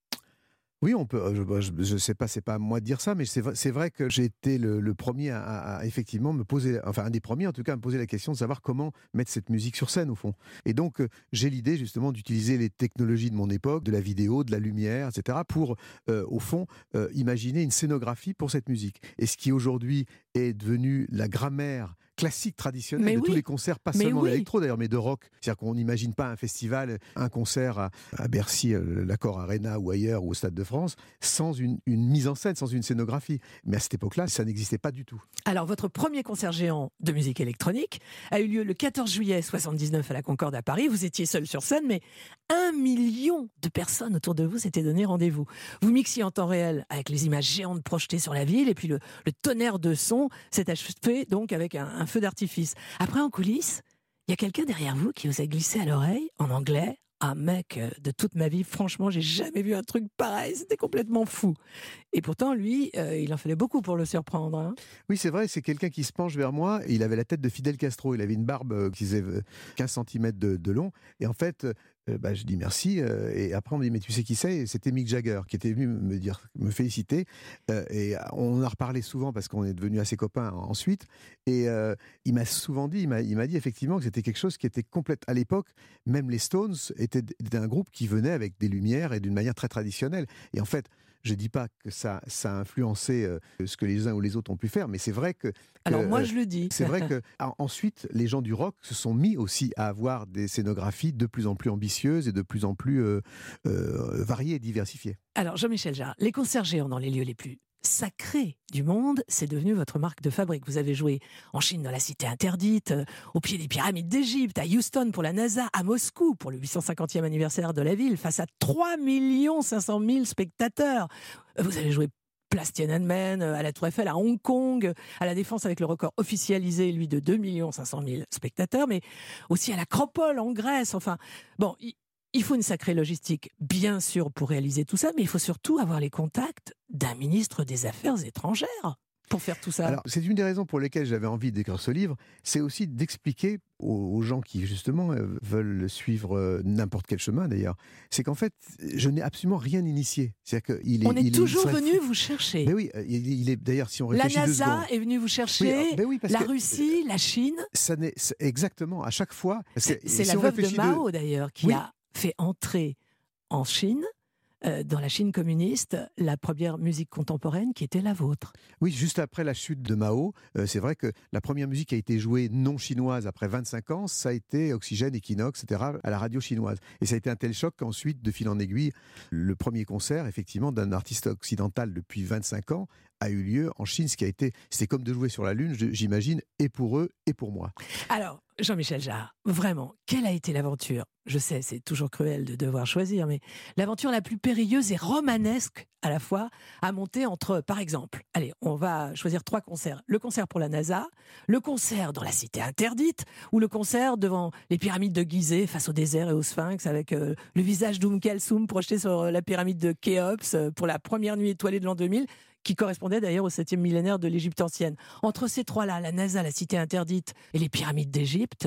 Oui, on peut. Je ne sais pas, c'est pas à moi de dire ça, mais c'est vrai, c'est vrai que j'ai été le, le premier à, à, à effectivement me poser, enfin un des premiers en tout cas, à me poser la question de savoir comment mettre cette musique sur scène au fond. Et donc euh, j'ai l'idée justement d'utiliser les technologies de mon époque, de la vidéo, de la lumière, et cetera, pour euh, au fond euh, imaginer une scénographie pour cette musique. Et ce qui aujourd'hui est devenu la grammaire classique traditionnelle mais de oui. tous les concerts, pas mais seulement oui. d'électro d'ailleurs, mais de rock. C'est-à-dire qu'on n'imagine pas un festival, un concert à, à Bercy, l'Accor Arena ou ailleurs, ou au Stade de France, sans une, une mise en scène, sans une scénographie. Mais à cette époque-là, ça n'existait pas du tout. Alors, votre premier concert géant de musique électronique a eu lieu le quatorze juillet soixante-dix-neuf à la Concorde à Paris. Vous étiez seul sur scène, mais un million de personnes autour de vous s'étaient donné rendez-vous. Vous mixiez en temps réel avec les images géantes projetées sur la ville, et puis le, le tonnerre de son s'est achevé donc avec un, un feu d'artifice. Après, en coulisses, il y a quelqu'un derrière vous qui vous a glissé à l'oreille, en anglais, « Ah mec, de toute ma vie, franchement, j'ai jamais vu un truc pareil, c'était complètement fou ». Et pourtant, lui, euh, il en fallait beaucoup pour le surprendre. Hein. Oui, c'est vrai, c'est quelqu'un qui se penche vers moi, et il avait la tête de Fidel Castro, il avait une barbe euh, qui faisait quinze centimètres de, de long, et en fait... Euh, bah, je dis merci, euh, et après on me dit mais tu sais qui c'est ? C'était Mick Jagger qui était venu me dire, me féliciter, euh, et on en a reparlé souvent parce qu'on est devenus assez copains ensuite, et euh, il m'a souvent dit, il m'a, il m'a dit effectivement que c'était quelque chose qui était complète. À l'époque, même les Stones étaient, étaient un groupe qui venait avec des lumières et d'une manière très traditionnelle, et en fait je ne dis pas que ça, ça a influencé euh, ce que les uns ou les autres ont pu faire, mais c'est vrai que... que Alors moi, je le dis. C'est vrai que ensuite, les gens du rock se sont mis aussi à avoir des scénographies de plus en plus ambitieuses et de plus en plus euh, euh, variées et diversifiées. Alors, Jean-Michel Jarre, les concerts géants dans les lieux les plus sacré du monde, c'est devenu votre marque de fabrique. Vous avez joué en Chine dans la Cité Interdite, euh, au pied des pyramides d'Égypte, à Houston pour la NASA, à Moscou pour le huit cent cinquantième anniversaire de la ville, face à trois millions cinq cent mille spectateurs. Vous avez joué place Tiananmen, à la Tour Eiffel, à Hong Kong, à la Défense avec le record officialisé, lui, de deux millions cinq cent mille spectateurs, mais aussi à l'Acropole en Grèce. Enfin, bon... Il Il faut une sacrée logistique, bien sûr, pour réaliser tout ça, mais il faut surtout avoir les contacts d'un ministre des Affaires étrangères pour faire tout ça. Alors, c'est une des raisons pour lesquelles j'avais envie d'écrire ce livre, c'est aussi d'expliquer aux, aux gens qui, justement, euh, veulent suivre euh, n'importe quel chemin, d'ailleurs, c'est qu'en fait, je n'ai absolument rien initié. C'est-à-dire qu'il est, on est il toujours est, venu vous chercher. Mais oui, il, il est, d'ailleurs, si on réfléchit La deux NASA secondes, est venue vous chercher, oui, oui, la que, Russie, la Chine. Ça n'est, exactement, à chaque fois. C'est, c'est si la veuve de Mao, de... d'ailleurs, qui oui. a fait entrer en Chine, euh, dans la Chine communiste, la première musique contemporaine qui était la vôtre. Oui, juste après la chute de Mao, euh, c'est vrai que la première musique qui a été jouée non chinoise après vingt-cinq ans, ça a été Oxygène, Equinox, et cetera, à la radio chinoise. Et ça a été un tel choc qu'ensuite, de fil en aiguille, le premier concert, effectivement, d'un artiste occidental depuis vingt-cinq ans, a eu lieu en Chine, ce qui a été, c'était comme de jouer sur la Lune, j'imagine, et pour eux, et pour moi. Alors, Jean-Michel Jarre, vraiment, quelle a été l'aventure ? Je sais, c'est toujours cruel de devoir choisir, mais l'aventure la plus périlleuse et romanesque à la fois à monter entre, par exemple, allez, on va choisir trois concerts. Le concert pour la NASA, le concert dans la Cité Interdite, ou le concert devant les pyramides de Gizeh face au désert et au Sphinx avec euh, le visage d'Oum Kalsoum projeté sur la pyramide de Khéops euh, pour la première nuit étoilée de l'an deux mille, qui correspondait d'ailleurs au septième millénaire de l'Égypte ancienne. Entre ces trois-là, la NASA, la Cité Interdite et les pyramides d'Égypte...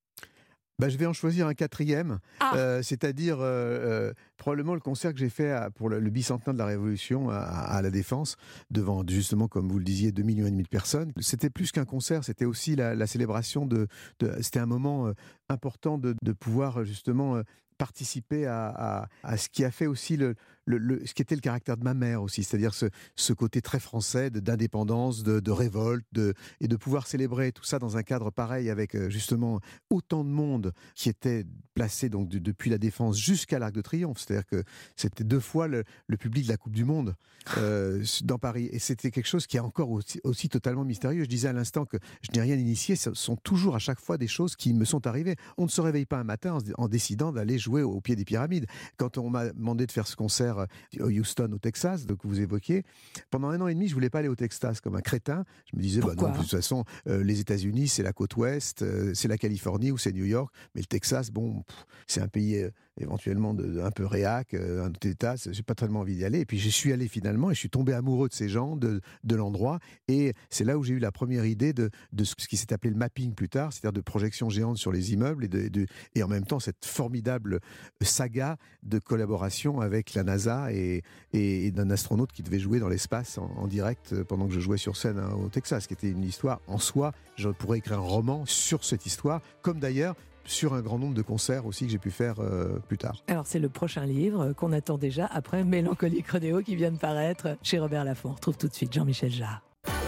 Bah, je vais en choisir un quatrième, ah. euh, c'est-à-dire euh, euh, probablement le concert que j'ai fait à, pour le, le bicentenaire de la Révolution à, à la Défense, devant justement, comme vous le disiez, deux millions et demi de personnes. C'était plus qu'un concert, c'était aussi la, la célébration de, de... C'était un moment euh, important de, de pouvoir justement... Euh, participer à, à, à ce qui a fait aussi le, le, le, ce qui était le caractère de ma mère aussi, c'est-à-dire ce, ce côté très français de, d'indépendance, de, de révolte, de, et de pouvoir célébrer tout ça dans un cadre pareil avec justement autant de monde qui était placé donc de, depuis la Défense jusqu'à l'Arc de Triomphe, c'est-à-dire que c'était deux fois le, le public de la Coupe du Monde euh, dans Paris, et c'était quelque chose qui est encore aussi, aussi totalement mystérieux. Je disais à l'instant que je n'ai rien initié, ce sont toujours à chaque fois des choses qui me sont arrivées. On ne se réveille pas un matin en, en décidant d'aller jouer au pied des pyramides. Quand on m'a demandé de faire ce concert concert au Houston, au Texas, donc vous évoquiez. Pendant un an et demi, je voulais pas aller au Texas comme un crétin. Je me disais, bah non, de toute façon, euh, les États-Unis, c'est la côte ouest, euh, c'est la Californie ou c'est New York, mais le Texas, bon, pff, c'est un pays euh, éventuellement de, de, un peu réac, euh, un autre État, j'ai pas tellement envie d'y aller. Et puis j'y suis allé finalement et je suis tombé amoureux de ces gens, de, de l'endroit. Et c'est là où j'ai eu la première idée de, de ce qui s'est appelé le mapping plus tard, c'est-à-dire de projection géante sur les immeubles et, de, de, et en même temps cette formidable saga de collaboration avec la NASA et, et, et d'un astronaute qui devait jouer dans l'espace en, en direct pendant que je jouais sur scène hein, au Texas, qui était une histoire en soi. Je pourrais écrire un roman sur cette histoire, comme d'ailleurs sur un grand nombre de concerts aussi que j'ai pu faire euh, plus tard. Alors c'est le prochain livre qu'on attend déjà après Mélancolique Rodéo qui vient de paraître chez Robert Laffont. On retrouve tout de suite Jean-Michel Jarre.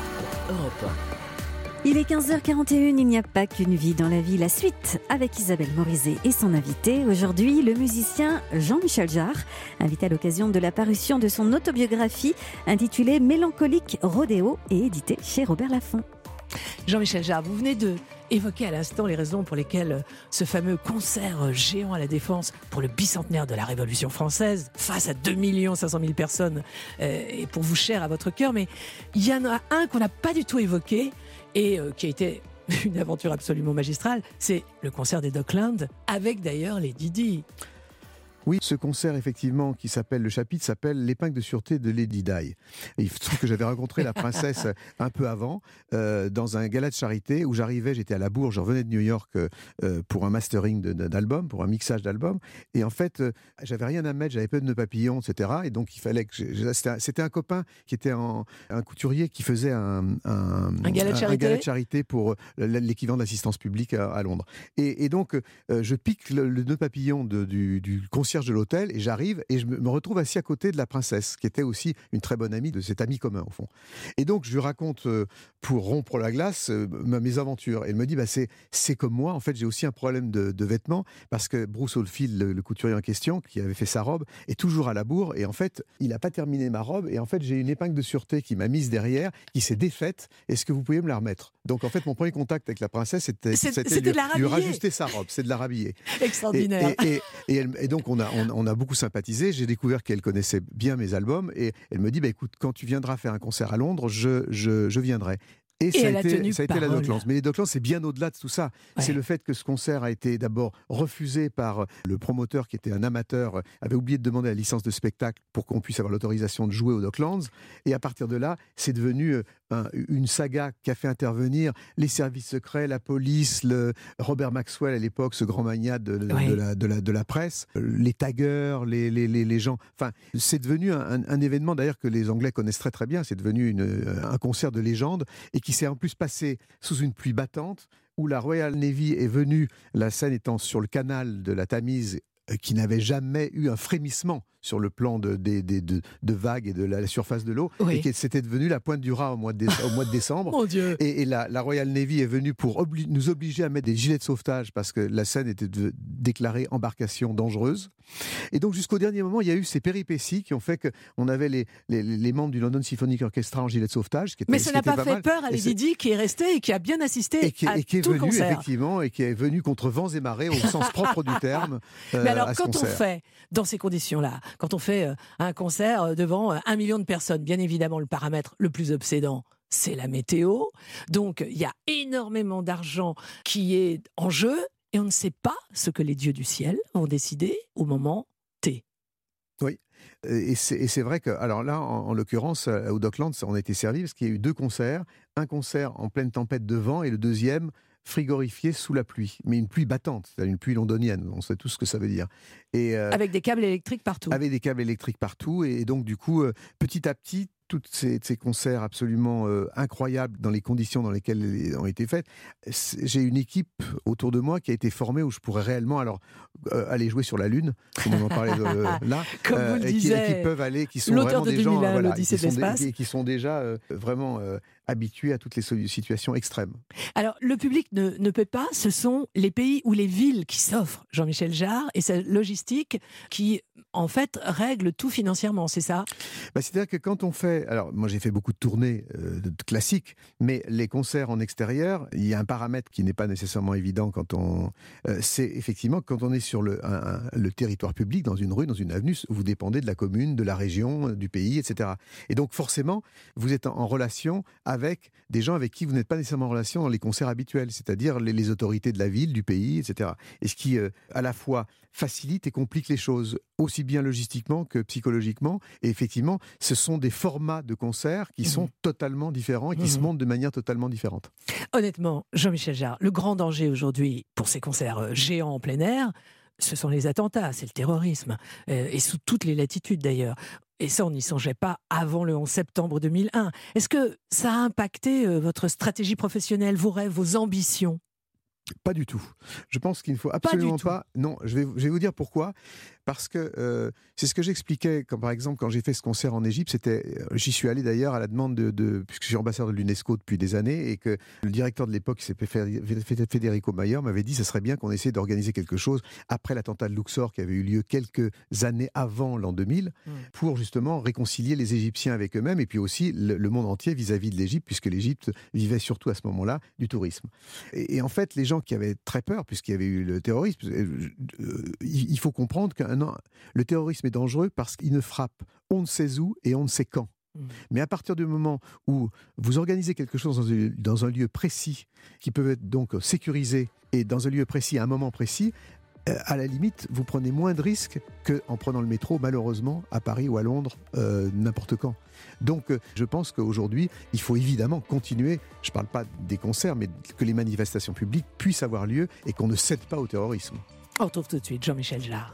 Europe Il est quinze heures quarante et une, il n'y a pas qu'une vie dans la vie. La suite avec Isabelle Morizet et son invité. Aujourd'hui, le musicien Jean-Michel Jarre, invité à l'occasion de la parution de son autobiographie intitulée Mélancolique Rodéo et édité chez Robert Laffont. Jean-Michel Jarre, vous venez de évoquer à l'instant les raisons pour lesquelles ce fameux concert géant à la Défense pour le bicentenaire de la Révolution française, face à deux millions cinq cent mille personnes, euh, est pour vous cher à votre cœur. Mais il y en a un qu'on n'a pas du tout évoqué et euh, qui a été une aventure absolument magistrale, c'est le concert des Docklands, avec d'ailleurs les Didi. Oui, ce concert, effectivement, qui s'appelle, le chapitre s'appelle L'épingle de sûreté de Lady Di. Et il se trouve que j'avais rencontré la princesse un peu avant, euh, dans un gala de charité où j'arrivais, j'étais à la Bourge, je revenais de New York euh, pour un mastering de, de, d'album, pour un mixage d'album. Et en fait, euh, j'avais rien à mettre, j'avais peu de nœuds papillons, et cetera. Et donc, il fallait que. Je, c'était, un, c'était un copain qui était en, un couturier qui faisait un, un, un, gala, de un, un gala de charité pour l'équivalent d'assistance publique à, à Londres. Et, et donc, euh, je pique le, le nœud papillon de, du, du concierge de l'hôtel et j'arrive et je me retrouve assis à côté de la princesse qui était aussi une très bonne amie de cet ami commun au fond. Et donc je lui raconte euh, pour rompre la glace euh, mes aventures et elle me dit bah, c'est, c'est comme moi, en fait j'ai aussi un problème de, de vêtements parce que Bruce Oldfield, le, le couturier en question qui avait fait sa robe, est toujours à la bourre et en fait il n'a pas terminé ma robe et en fait j'ai une épingle de sûreté qui m'a mise derrière, qui s'est défaite, est-ce que vous pouvez me la remettre? Donc en fait mon premier contact avec la princesse c'était, c'est, c'était, c'était lui, de lui rajuster sa robe, c'est de la rhabiller. Extraordinaire. Et, et, et, et, elle, et donc on a, on, on a beaucoup sympathisé, j'ai découvert qu'elle connaissait bien mes albums et elle me dit bah, écoute, quand tu viendras faire un concert à Londres, je, je, je viendrai. Et, et ça, a été, ça a été la Docklands. Mais les Docklands, c'est bien au-delà de tout ça. Ouais. C'est le fait que ce concert a été d'abord refusé par le promoteur qui était un amateur, avait oublié de demander la licence de spectacle pour qu'on puisse avoir l'autorisation de jouer aux Docklands. Et à partir de là, c'est devenu un, une saga qui a fait intervenir les services secrets, la police, le Robert Maxwell à l'époque, ce grand magnat de, de, ouais. de, la, de, la, de la presse, les taggers, les, les, les, les gens. Enfin, c'est devenu un, un événement d'ailleurs que les Anglais connaissent très très bien. C'est devenu une, un concert de légende et qui s'est en plus passé sous une pluie battante, où la Royal Navy est venue, la scène étant sur le canal de la Tamise, qui n'avait jamais eu un frémissement sur le plan de, de, de, de, de vagues et de la surface de l'eau, oui. et qui c'était devenu la pointe du rat au mois de, déce- au mois de décembre. Mon Dieu. Et, et la, la Royal Navy est venue pour obli- nous obliger à mettre des gilets de sauvetage parce que la Seine était de, déclarée embarcation dangereuse. Et donc jusqu'au dernier moment, il y a eu ces péripéties qui ont fait qu'on avait les, les, les membres du London Symphonic Orchestra en gilet de sauvetage. Ce qui était, Mais ça n'a pas, pas fait mal. peur à Lady Di qui est restée et qui a bien assisté et qui, à et qui est tout venu, le concert. Effectivement, et qui est venu contre vents et marées au sens propre du terme. Euh, Mais alors, à ce quand concert. on fait, dans ces conditions-là, quand on fait euh, un concert devant euh, un million de personnes, bien évidemment, le paramètre le plus obsédant, c'est la météo. Donc, il y a énormément d'argent qui est en jeu et on ne sait pas ce que les dieux du ciel vont décider au moment T. Oui. Et c'est, et c'est vrai que, alors là, en, en l'occurrence, au Docklands, on a été servi parce qu'il y a eu deux concerts. Un concert en pleine tempête de vent et le deuxième frigorifié sous la pluie, mais une pluie battante, c'est-à-dire une pluie londonienne, on sait tout ce que ça veut dire. Et, euh, avec des câbles électriques partout. Avec des câbles électriques partout, et, et donc du coup, euh, petit à petit, tous ces, ces concerts absolument euh, incroyables dans les conditions dans lesquelles ils ont été faits, j'ai une équipe autour de moi qui a été formée où je pourrais réellement alors euh, aller jouer sur la Lune, comme on en parlait euh, là, comme euh, vous le et, qui, disiez, et qui peuvent aller, qui sont l'auteur vraiment de des deux mille un, gens, voilà, l'Odyssée qui, de sont l'espace. des, qui sont déjà euh, vraiment euh, habitués à toutes les situations extrêmes. Alors, le public ne, ne peut pas, ce sont les pays ou les villes qui s'offrent, Jean-Michel Jarre, et sa logistique qui, en fait, règle tout financièrement, c'est ça ? Bah, c'est-à-dire que quand on fait fait, alors moi j'ai fait beaucoup de tournées euh, de, de classiques, mais les concerts en extérieur, il y a un paramètre qui n'est pas nécessairement évident quand on... Euh, c'est effectivement quand on est sur le, un, un, le territoire public, dans une rue, dans une avenue, vous dépendez de la commune, de la région, du pays, et cetera. Et donc forcément, vous êtes en, en relation avec des gens avec qui vous n'êtes pas nécessairement en relation dans les concerts habituels, c'est-à-dire les, les autorités de la ville, du pays, et cetera. Et ce qui, euh, à la fois, facilite et complique les choses, aussi bien logistiquement que psychologiquement. Et effectivement, ce sont des formats de concerts qui mmh. sont totalement différents et qui mmh. se montent de manière totalement différente. Honnêtement, Jean-Michel Jarre, le grand danger aujourd'hui pour ces concerts géants en plein air, ce sont les attentats, c'est le terrorisme, euh, et sous toutes les latitudes d'ailleurs. Et ça, on n'y songeait pas avant le onze septembre deux mille un. Est-ce que ça a impacté euh, votre stratégie professionnelle, vos rêves, vos ambitions ? Pas du tout. Je pense qu'il ne faut absolument pas... pas... Non, je vais, je vais vous dire pourquoi. Parce que euh, c'est ce que j'expliquais, quand, par exemple, quand j'ai fait ce concert en Égypte, c'était, j'y suis allé d'ailleurs à la demande de, de... Puisque je suis ambassadeur de l'UNESCO depuis des années, et que le directeur de l'époque, qui s'appelait Federico Mayer, m'avait dit que ce serait bien qu'on essaie d'organiser quelque chose après l'attentat de Luxor, qui avait eu lieu quelques années avant l'an deux mille, mmh. pour justement réconcilier les Égyptiens avec eux-mêmes, et puis aussi le, le monde entier vis-à-vis de l'Égypte, puisque l'Égypte vivait surtout à ce moment-là du tourisme. Et, et en fait, les gens qui avaient très peur, puisqu'il y avait eu le terrorisme, euh, euh, il faut comprendre qu'un an, le terrorisme est dangereux parce qu'il ne frappe on ne sait où et on ne sait quand. Mmh. Mais à partir du moment où vous organisez quelque chose dans un, dans un lieu précis, qui peut être donc sécurisé, et dans un lieu précis, à un moment précis, à la limite, vous prenez moins de risques qu'en prenant le métro, malheureusement, à Paris ou à Londres, euh, n'importe quand. Donc, euh, je pense qu'aujourd'hui, il faut évidemment continuer, je ne parle pas des concerts, mais que les manifestations publiques puissent avoir lieu et qu'on ne cède pas au terrorisme. On retrouve tout de suite Jean-Michel Jarre.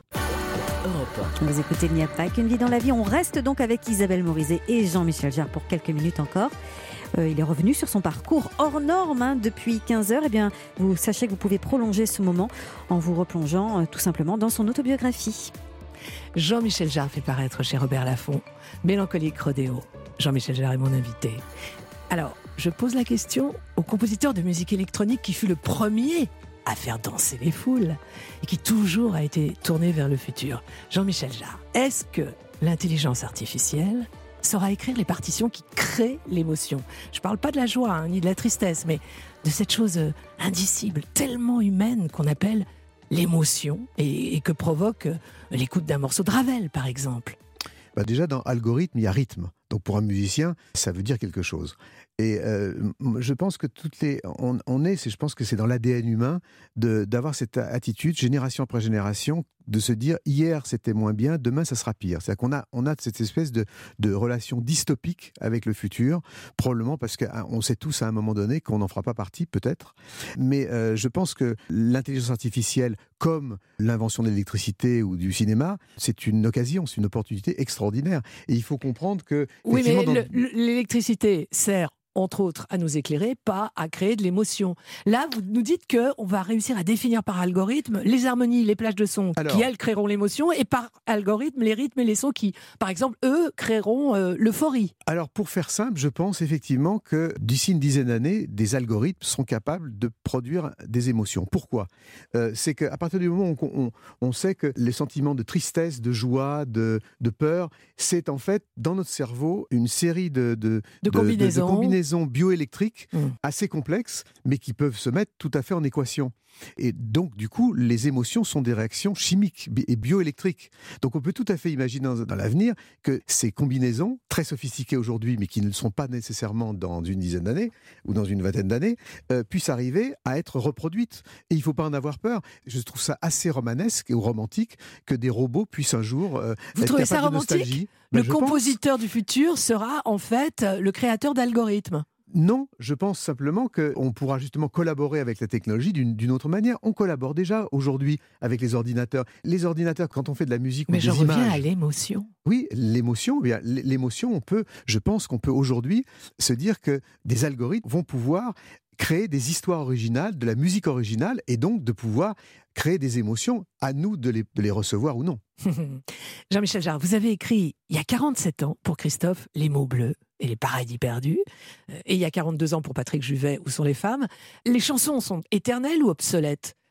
Vous écoutez Il n'y a pas qu'une vie dans la vie. On reste donc avec Isabelle Morizet et Jean-Michel Jarre pour quelques minutes encore. Euh, il est revenu sur son parcours hors norme hein, depuis quinze heures. Eh bien, vous sachez que vous pouvez prolonger ce moment en vous replongeant euh, tout simplement dans son autobiographie. Jean-Michel Jarre fait paraître chez Robert Laffont Mélancolique Rodéo. Jean-Michel Jarre est mon invité. Alors, je pose la question au compositeur de musique électronique qui fut le premier à faire danser les foules et qui toujours a été tourné vers le futur. Jean-Michel Jarre, est-ce que l'intelligence artificielle saura écrire les partitions qui créent l'émotion ? Je ne parle pas de la joie hein, ni de la tristesse, mais de cette chose indicible, tellement humaine qu'on appelle l'émotion et, et que provoque l'écoute d'un morceau de Ravel, par exemple. Bah déjà, dans algorithme, il y a rythme. Donc pour un musicien, ça veut dire quelque chose. Et euh, je pense que toutes les, on, on est, c'est, je pense que c'est dans l'A D N humain de, d'avoir cette attitude, génération après génération, de se dire hier c'était moins bien, demain ça sera pire. C'est-à-dire qu'on a, on a cette espèce de, de relation dystopique avec le futur, probablement parce qu'on sait tous à un moment donné qu'on n'en fera pas partie, peut-être. Mais euh, je pense que l'intelligence artificielle, comme l'invention de l'électricité ou du cinéma, c'est une occasion, c'est une opportunité extraordinaire. Et il faut comprendre que... Oui, mais dans... le, l'électricité sert entre autres, à nous éclairer, pas à créer de l'émotion. Là, vous nous dites qu'on va réussir à définir par algorithme les harmonies, les plages de sons Alors, qui, elles, créeront l'émotion, et par algorithme, les rythmes et les sons qui, par exemple, eux, créeront euh, l'euphorie. Alors, pour faire simple, je pense effectivement que d'ici une dizaine d'années, des algorithmes sont capables de produire des émotions. Pourquoi ? euh, C'est qu'à partir du moment où on, on, on sait que les sentiments de tristesse, de joie, de, de peur, c'est en fait, dans notre cerveau, une série de, de, de, de combinaisons. De, de combinaisons bioélectriques mmh. assez complexes, mais qui peuvent se mettre tout à fait en équation. Et donc, du coup, les émotions sont des réactions chimiques et bioélectriques. Donc, on peut tout à fait imaginer dans, dans l'avenir que ces combinaisons, très sophistiquées aujourd'hui, mais qui ne le sont pas nécessairement dans une dizaine d'années ou dans une vingtaine d'années, euh, puissent arriver à être reproduites. Et il ne faut pas en avoir peur. Je trouve ça assez romanesque ou romantique que des robots puissent un jour euh, Vous être trouvez ça capables de romantique ? nostalgie. Le ben, compositeur pense. du futur sera en fait le créateur d'algorithmes. Non, je pense simplement qu'on pourra justement collaborer avec la technologie d'une, d'une autre manière. On collabore déjà aujourd'hui avec les ordinateurs. Les ordinateurs, quand on fait de la musique Mais ou des je images... reviens à l'émotion. Oui, l'émotion, bien, l'émotion, on peut, je pense qu'on peut aujourd'hui se dire que des algorithmes vont pouvoir créer des histoires originales, de la musique originale, et donc de pouvoir créer des émotions, à nous de les, de les recevoir ou non. Jean-Michel Jarre, vous avez écrit il y a quarante-sept ans pour Christophe Les mots bleus et Les paradis perdus, et il y a quarante-deux ans pour Patrick Juvet Où sont les femmes. Les chansons sont éternelles ou obsolètes ?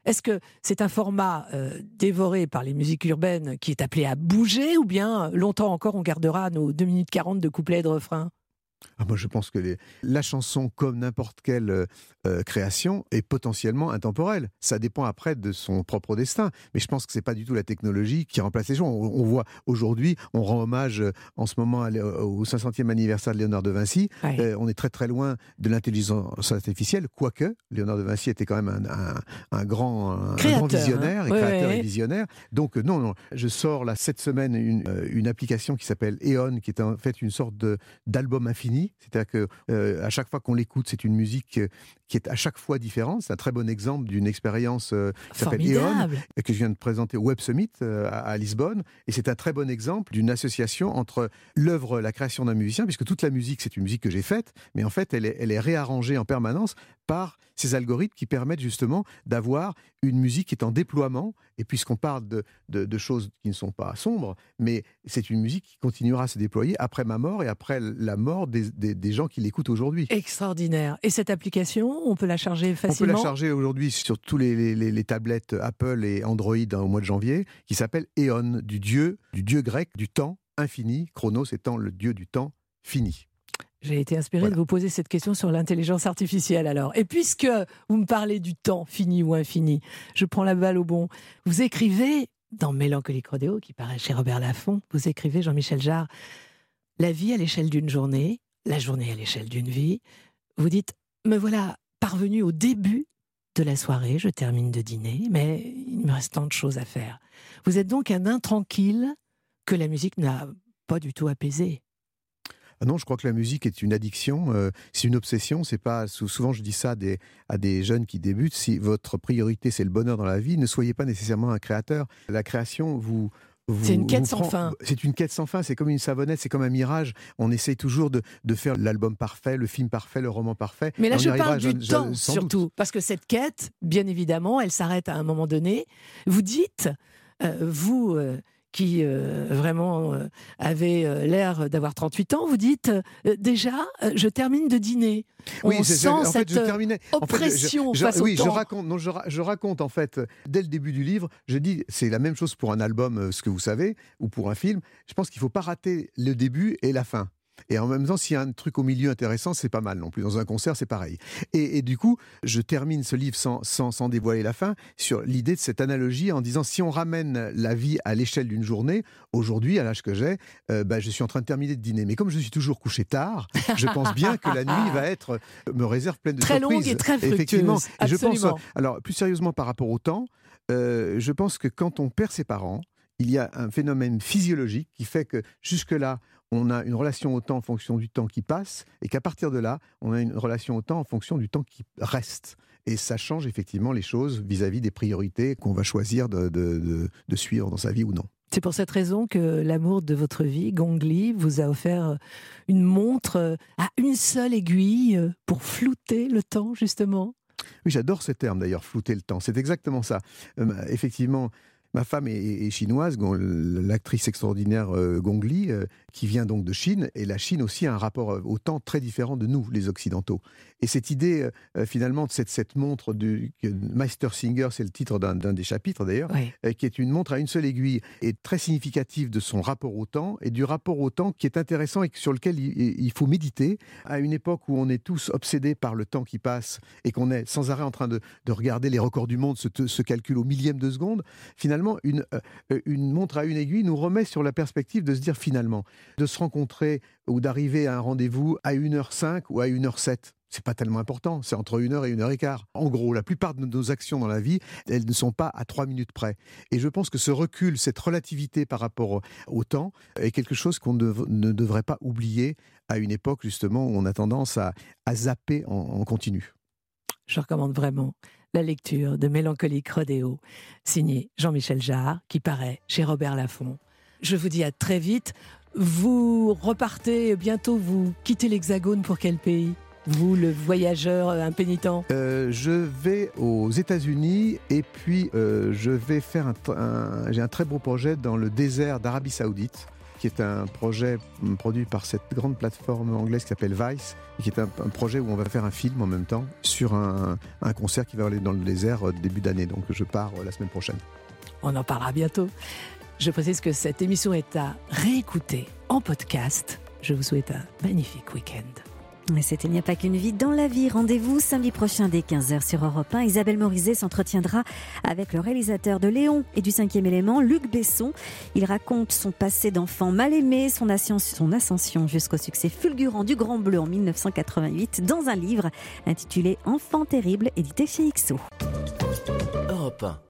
Est-ce que c'est un format euh, dévoré par les musiques urbaines qui est appelé à bouger, ou bien longtemps encore on gardera nos deux minutes quarante de couplets et de refrains ? Ah, moi, je pense que les... la chanson, comme n'importe quelle euh, création, est potentiellement intemporelle. Ça dépend après de son propre destin. Mais je pense que c'est pas du tout la technologie qui remplace les gens. On, on voit aujourd'hui, on rend hommage euh, en ce moment à, au cinq centième anniversaire de Léonard de Vinci. Ouais. Euh, on est très très loin de l'intelligence artificielle, quoique Léonard de Vinci était quand même un, un, un, grand, un grand visionnaire, hein. et ouais, créateur ouais. et visionnaire. Donc non, non, je sors là cette semaine une, une application qui s'appelle Eon, qui est en fait une sorte de, d'album infini. C'est-à-dire qu'à euh, chaque fois qu'on l'écoute, c'est une musique euh, qui est à chaque fois différente. C'est un très bon exemple d'une expérience euh, qui s'appelle Eon, que je viens de présenter au Web Summit euh, à, à Lisbonne. Et c'est un très bon exemple d'une association entre l'œuvre, la création d'un musicien, puisque toute la musique, c'est une musique que j'ai faite, mais en fait, elle est, elle est réarrangée en permanence par ces algorithmes qui permettent justement d'avoir une musique qui est en déploiement. Et puisqu'on parle de, de, de choses qui ne sont pas sombres, mais c'est une musique qui continuera à se déployer après ma mort et après la mort des, des, des gens qui l'écoutent aujourd'hui. Extraordinaire. Et cette application, on peut la charger facilement ? On peut la charger aujourd'hui sur tous les, les, les, les tablettes Apple et Android hein, au mois de janvier, qui s'appelle Eon, du dieu, du dieu grec du temps infini, Chronos étant le dieu du temps fini. J'ai été inspirée voilà. de vous poser cette question sur l'intelligence artificielle alors. Et puisque vous me parlez du temps fini ou infini, je prends la balle au bon. Vous écrivez dans Mélancolique Rodéo, qui paraît chez Robert Laffont, vous écrivez, Jean-Michel Jarre, la vie à l'échelle d'une journée, la journée à l'échelle d'une vie. Vous dites, me voilà parvenu au début de la soirée, je termine de dîner, mais il me reste tant de choses à faire. Vous êtes donc un intranquille que la musique n'a pas du tout apaisé. Ah non, je crois que la musique est une addiction, euh, c'est une obsession. C'est pas souvent je dis ça à des, à des jeunes qui débutent. Si votre priorité c'est le bonheur dans la vie, ne soyez pas nécessairement un créateur. La création vous Vous, c'est une quête sans fin. C'est une quête sans fin, c'est comme une savonnette, c'est comme un mirage. On essaye toujours de, de faire l'album parfait, le film parfait, le roman parfait. Mais là, je parle du je, temps, je, surtout. doute. Parce que cette quête, bien évidemment, elle s'arrête à un moment donné. Vous dites, euh, vous euh, qui euh, vraiment euh, avez euh, l'air d'avoir trente-huit ans, vous dites, euh, déjà, euh, je termine de dîner. On oui, sent en fait, cette je terminais. oppression en fait, je, je, face je, au oui, temps. Je raconte, non, je, je raconte, en fait, dès le début du livre, je dis, c'est la même chose pour un album, ce que vous savez, ou pour un film. Je pense qu'il ne faut pas rater le début et la fin. Et en même temps, s'il y a un truc au milieu intéressant, c'est pas mal non plus. Dans un concert, c'est pareil. Et, et du coup, je termine ce livre sans, sans, sans dévoiler la fin, sur l'idée de cette analogie en disant, si on ramène la vie à l'échelle d'une journée, aujourd'hui, à l'âge que j'ai, euh, bah, je suis en train de terminer de dîner. Mais comme je suis toujours couché tard, je pense bien que la nuit va être, me réserve pleine de très surprises. Très longue et très fructueuse. Effectivement. Et je Absolument. pense, alors, plus sérieusement par rapport au temps, euh, je pense que quand on perd ses parents, il y a un phénomène physiologique qui fait que jusque-là, on a une relation au temps en fonction du temps qui passe, et qu'à partir de là, on a une relation au temps en fonction du temps qui reste. Et ça change effectivement les choses vis-à-vis des priorités qu'on va choisir de, de, de, de suivre dans sa vie ou non. C'est pour cette raison que l'amour de votre vie, Gong Li, vous a offert une montre à une seule aiguille pour flouter le temps, justement. Oui, j'adore ce terme d'ailleurs, flouter le temps. C'est exactement ça. Euh, effectivement, ma femme est, est chinoise, l'actrice extraordinaire euh, Gong Li, euh, qui vient donc de Chine, et la Chine aussi a un rapport au temps très différent de nous, les Occidentaux. Et cette idée, euh, finalement, de cette, cette montre du Meistersinger, c'est le titre d'un, d'un des chapitres d'ailleurs, oui. euh, qui est une montre à une seule aiguille, est très significative de son rapport au temps, et du rapport au temps qui est intéressant et sur lequel il, il faut méditer, à une époque où on est tous obsédés par le temps qui passe, et qu'on est sans arrêt en train de, de regarder les records du monde se, se calculent au millième de seconde. Finalement, une, euh, une montre à une aiguille nous remet sur la perspective de se dire finalement, de se rencontrer ou d'arriver à un rendez-vous à une heure cinq ou à une heure sept. C'est pas tellement important, c'est entre une heure et une heure et quart. En gros, la plupart de nos actions dans la vie, elles ne sont pas à trois minutes près. Et je pense que ce recul, cette relativité par rapport au temps, est quelque chose qu'on ne, ne devrait pas oublier à une époque justement où on a tendance à, à zapper en, en continu. Je recommande vraiment la lecture de Mélancolique Rodéo, signé Jean-Michel Jarre, qui paraît chez Robert Laffont. Je vous dis à très vite. Vous repartez bientôt, vous quittez l'Hexagone pour quel pays ? Vous, le voyageur impénitent ? euh, Je vais aux États-Unis et puis euh, je vais faire un, un, j'ai un très beau projet dans le désert d'Arabie Saoudite qui est un projet produit par cette grande plateforme anglaise qui s'appelle Vice, et qui est un, un projet où on va faire un film en même temps sur un, un concert qui va aller dans le désert euh, début d'année. Donc je pars euh, la semaine prochaine. On en parlera bientôt. Je précise que cette émission est à réécouter en podcast. Je vous souhaite un magnifique week-end. C'était Il n'y a pas qu'une vie dans la vie. Rendez-vous samedi prochain dès quinze heures sur Europe un. Isabelle Morizet s'entretiendra avec le réalisateur de Léon et du cinquième élément, Luc Besson. Il raconte son passé d'enfant mal aimé, son ascension jusqu'au succès fulgurant du Grand Bleu en dix-neuf cent quatre-vingt-huit dans un livre intitulé Enfant terrible, édité chez I X O. Europe un.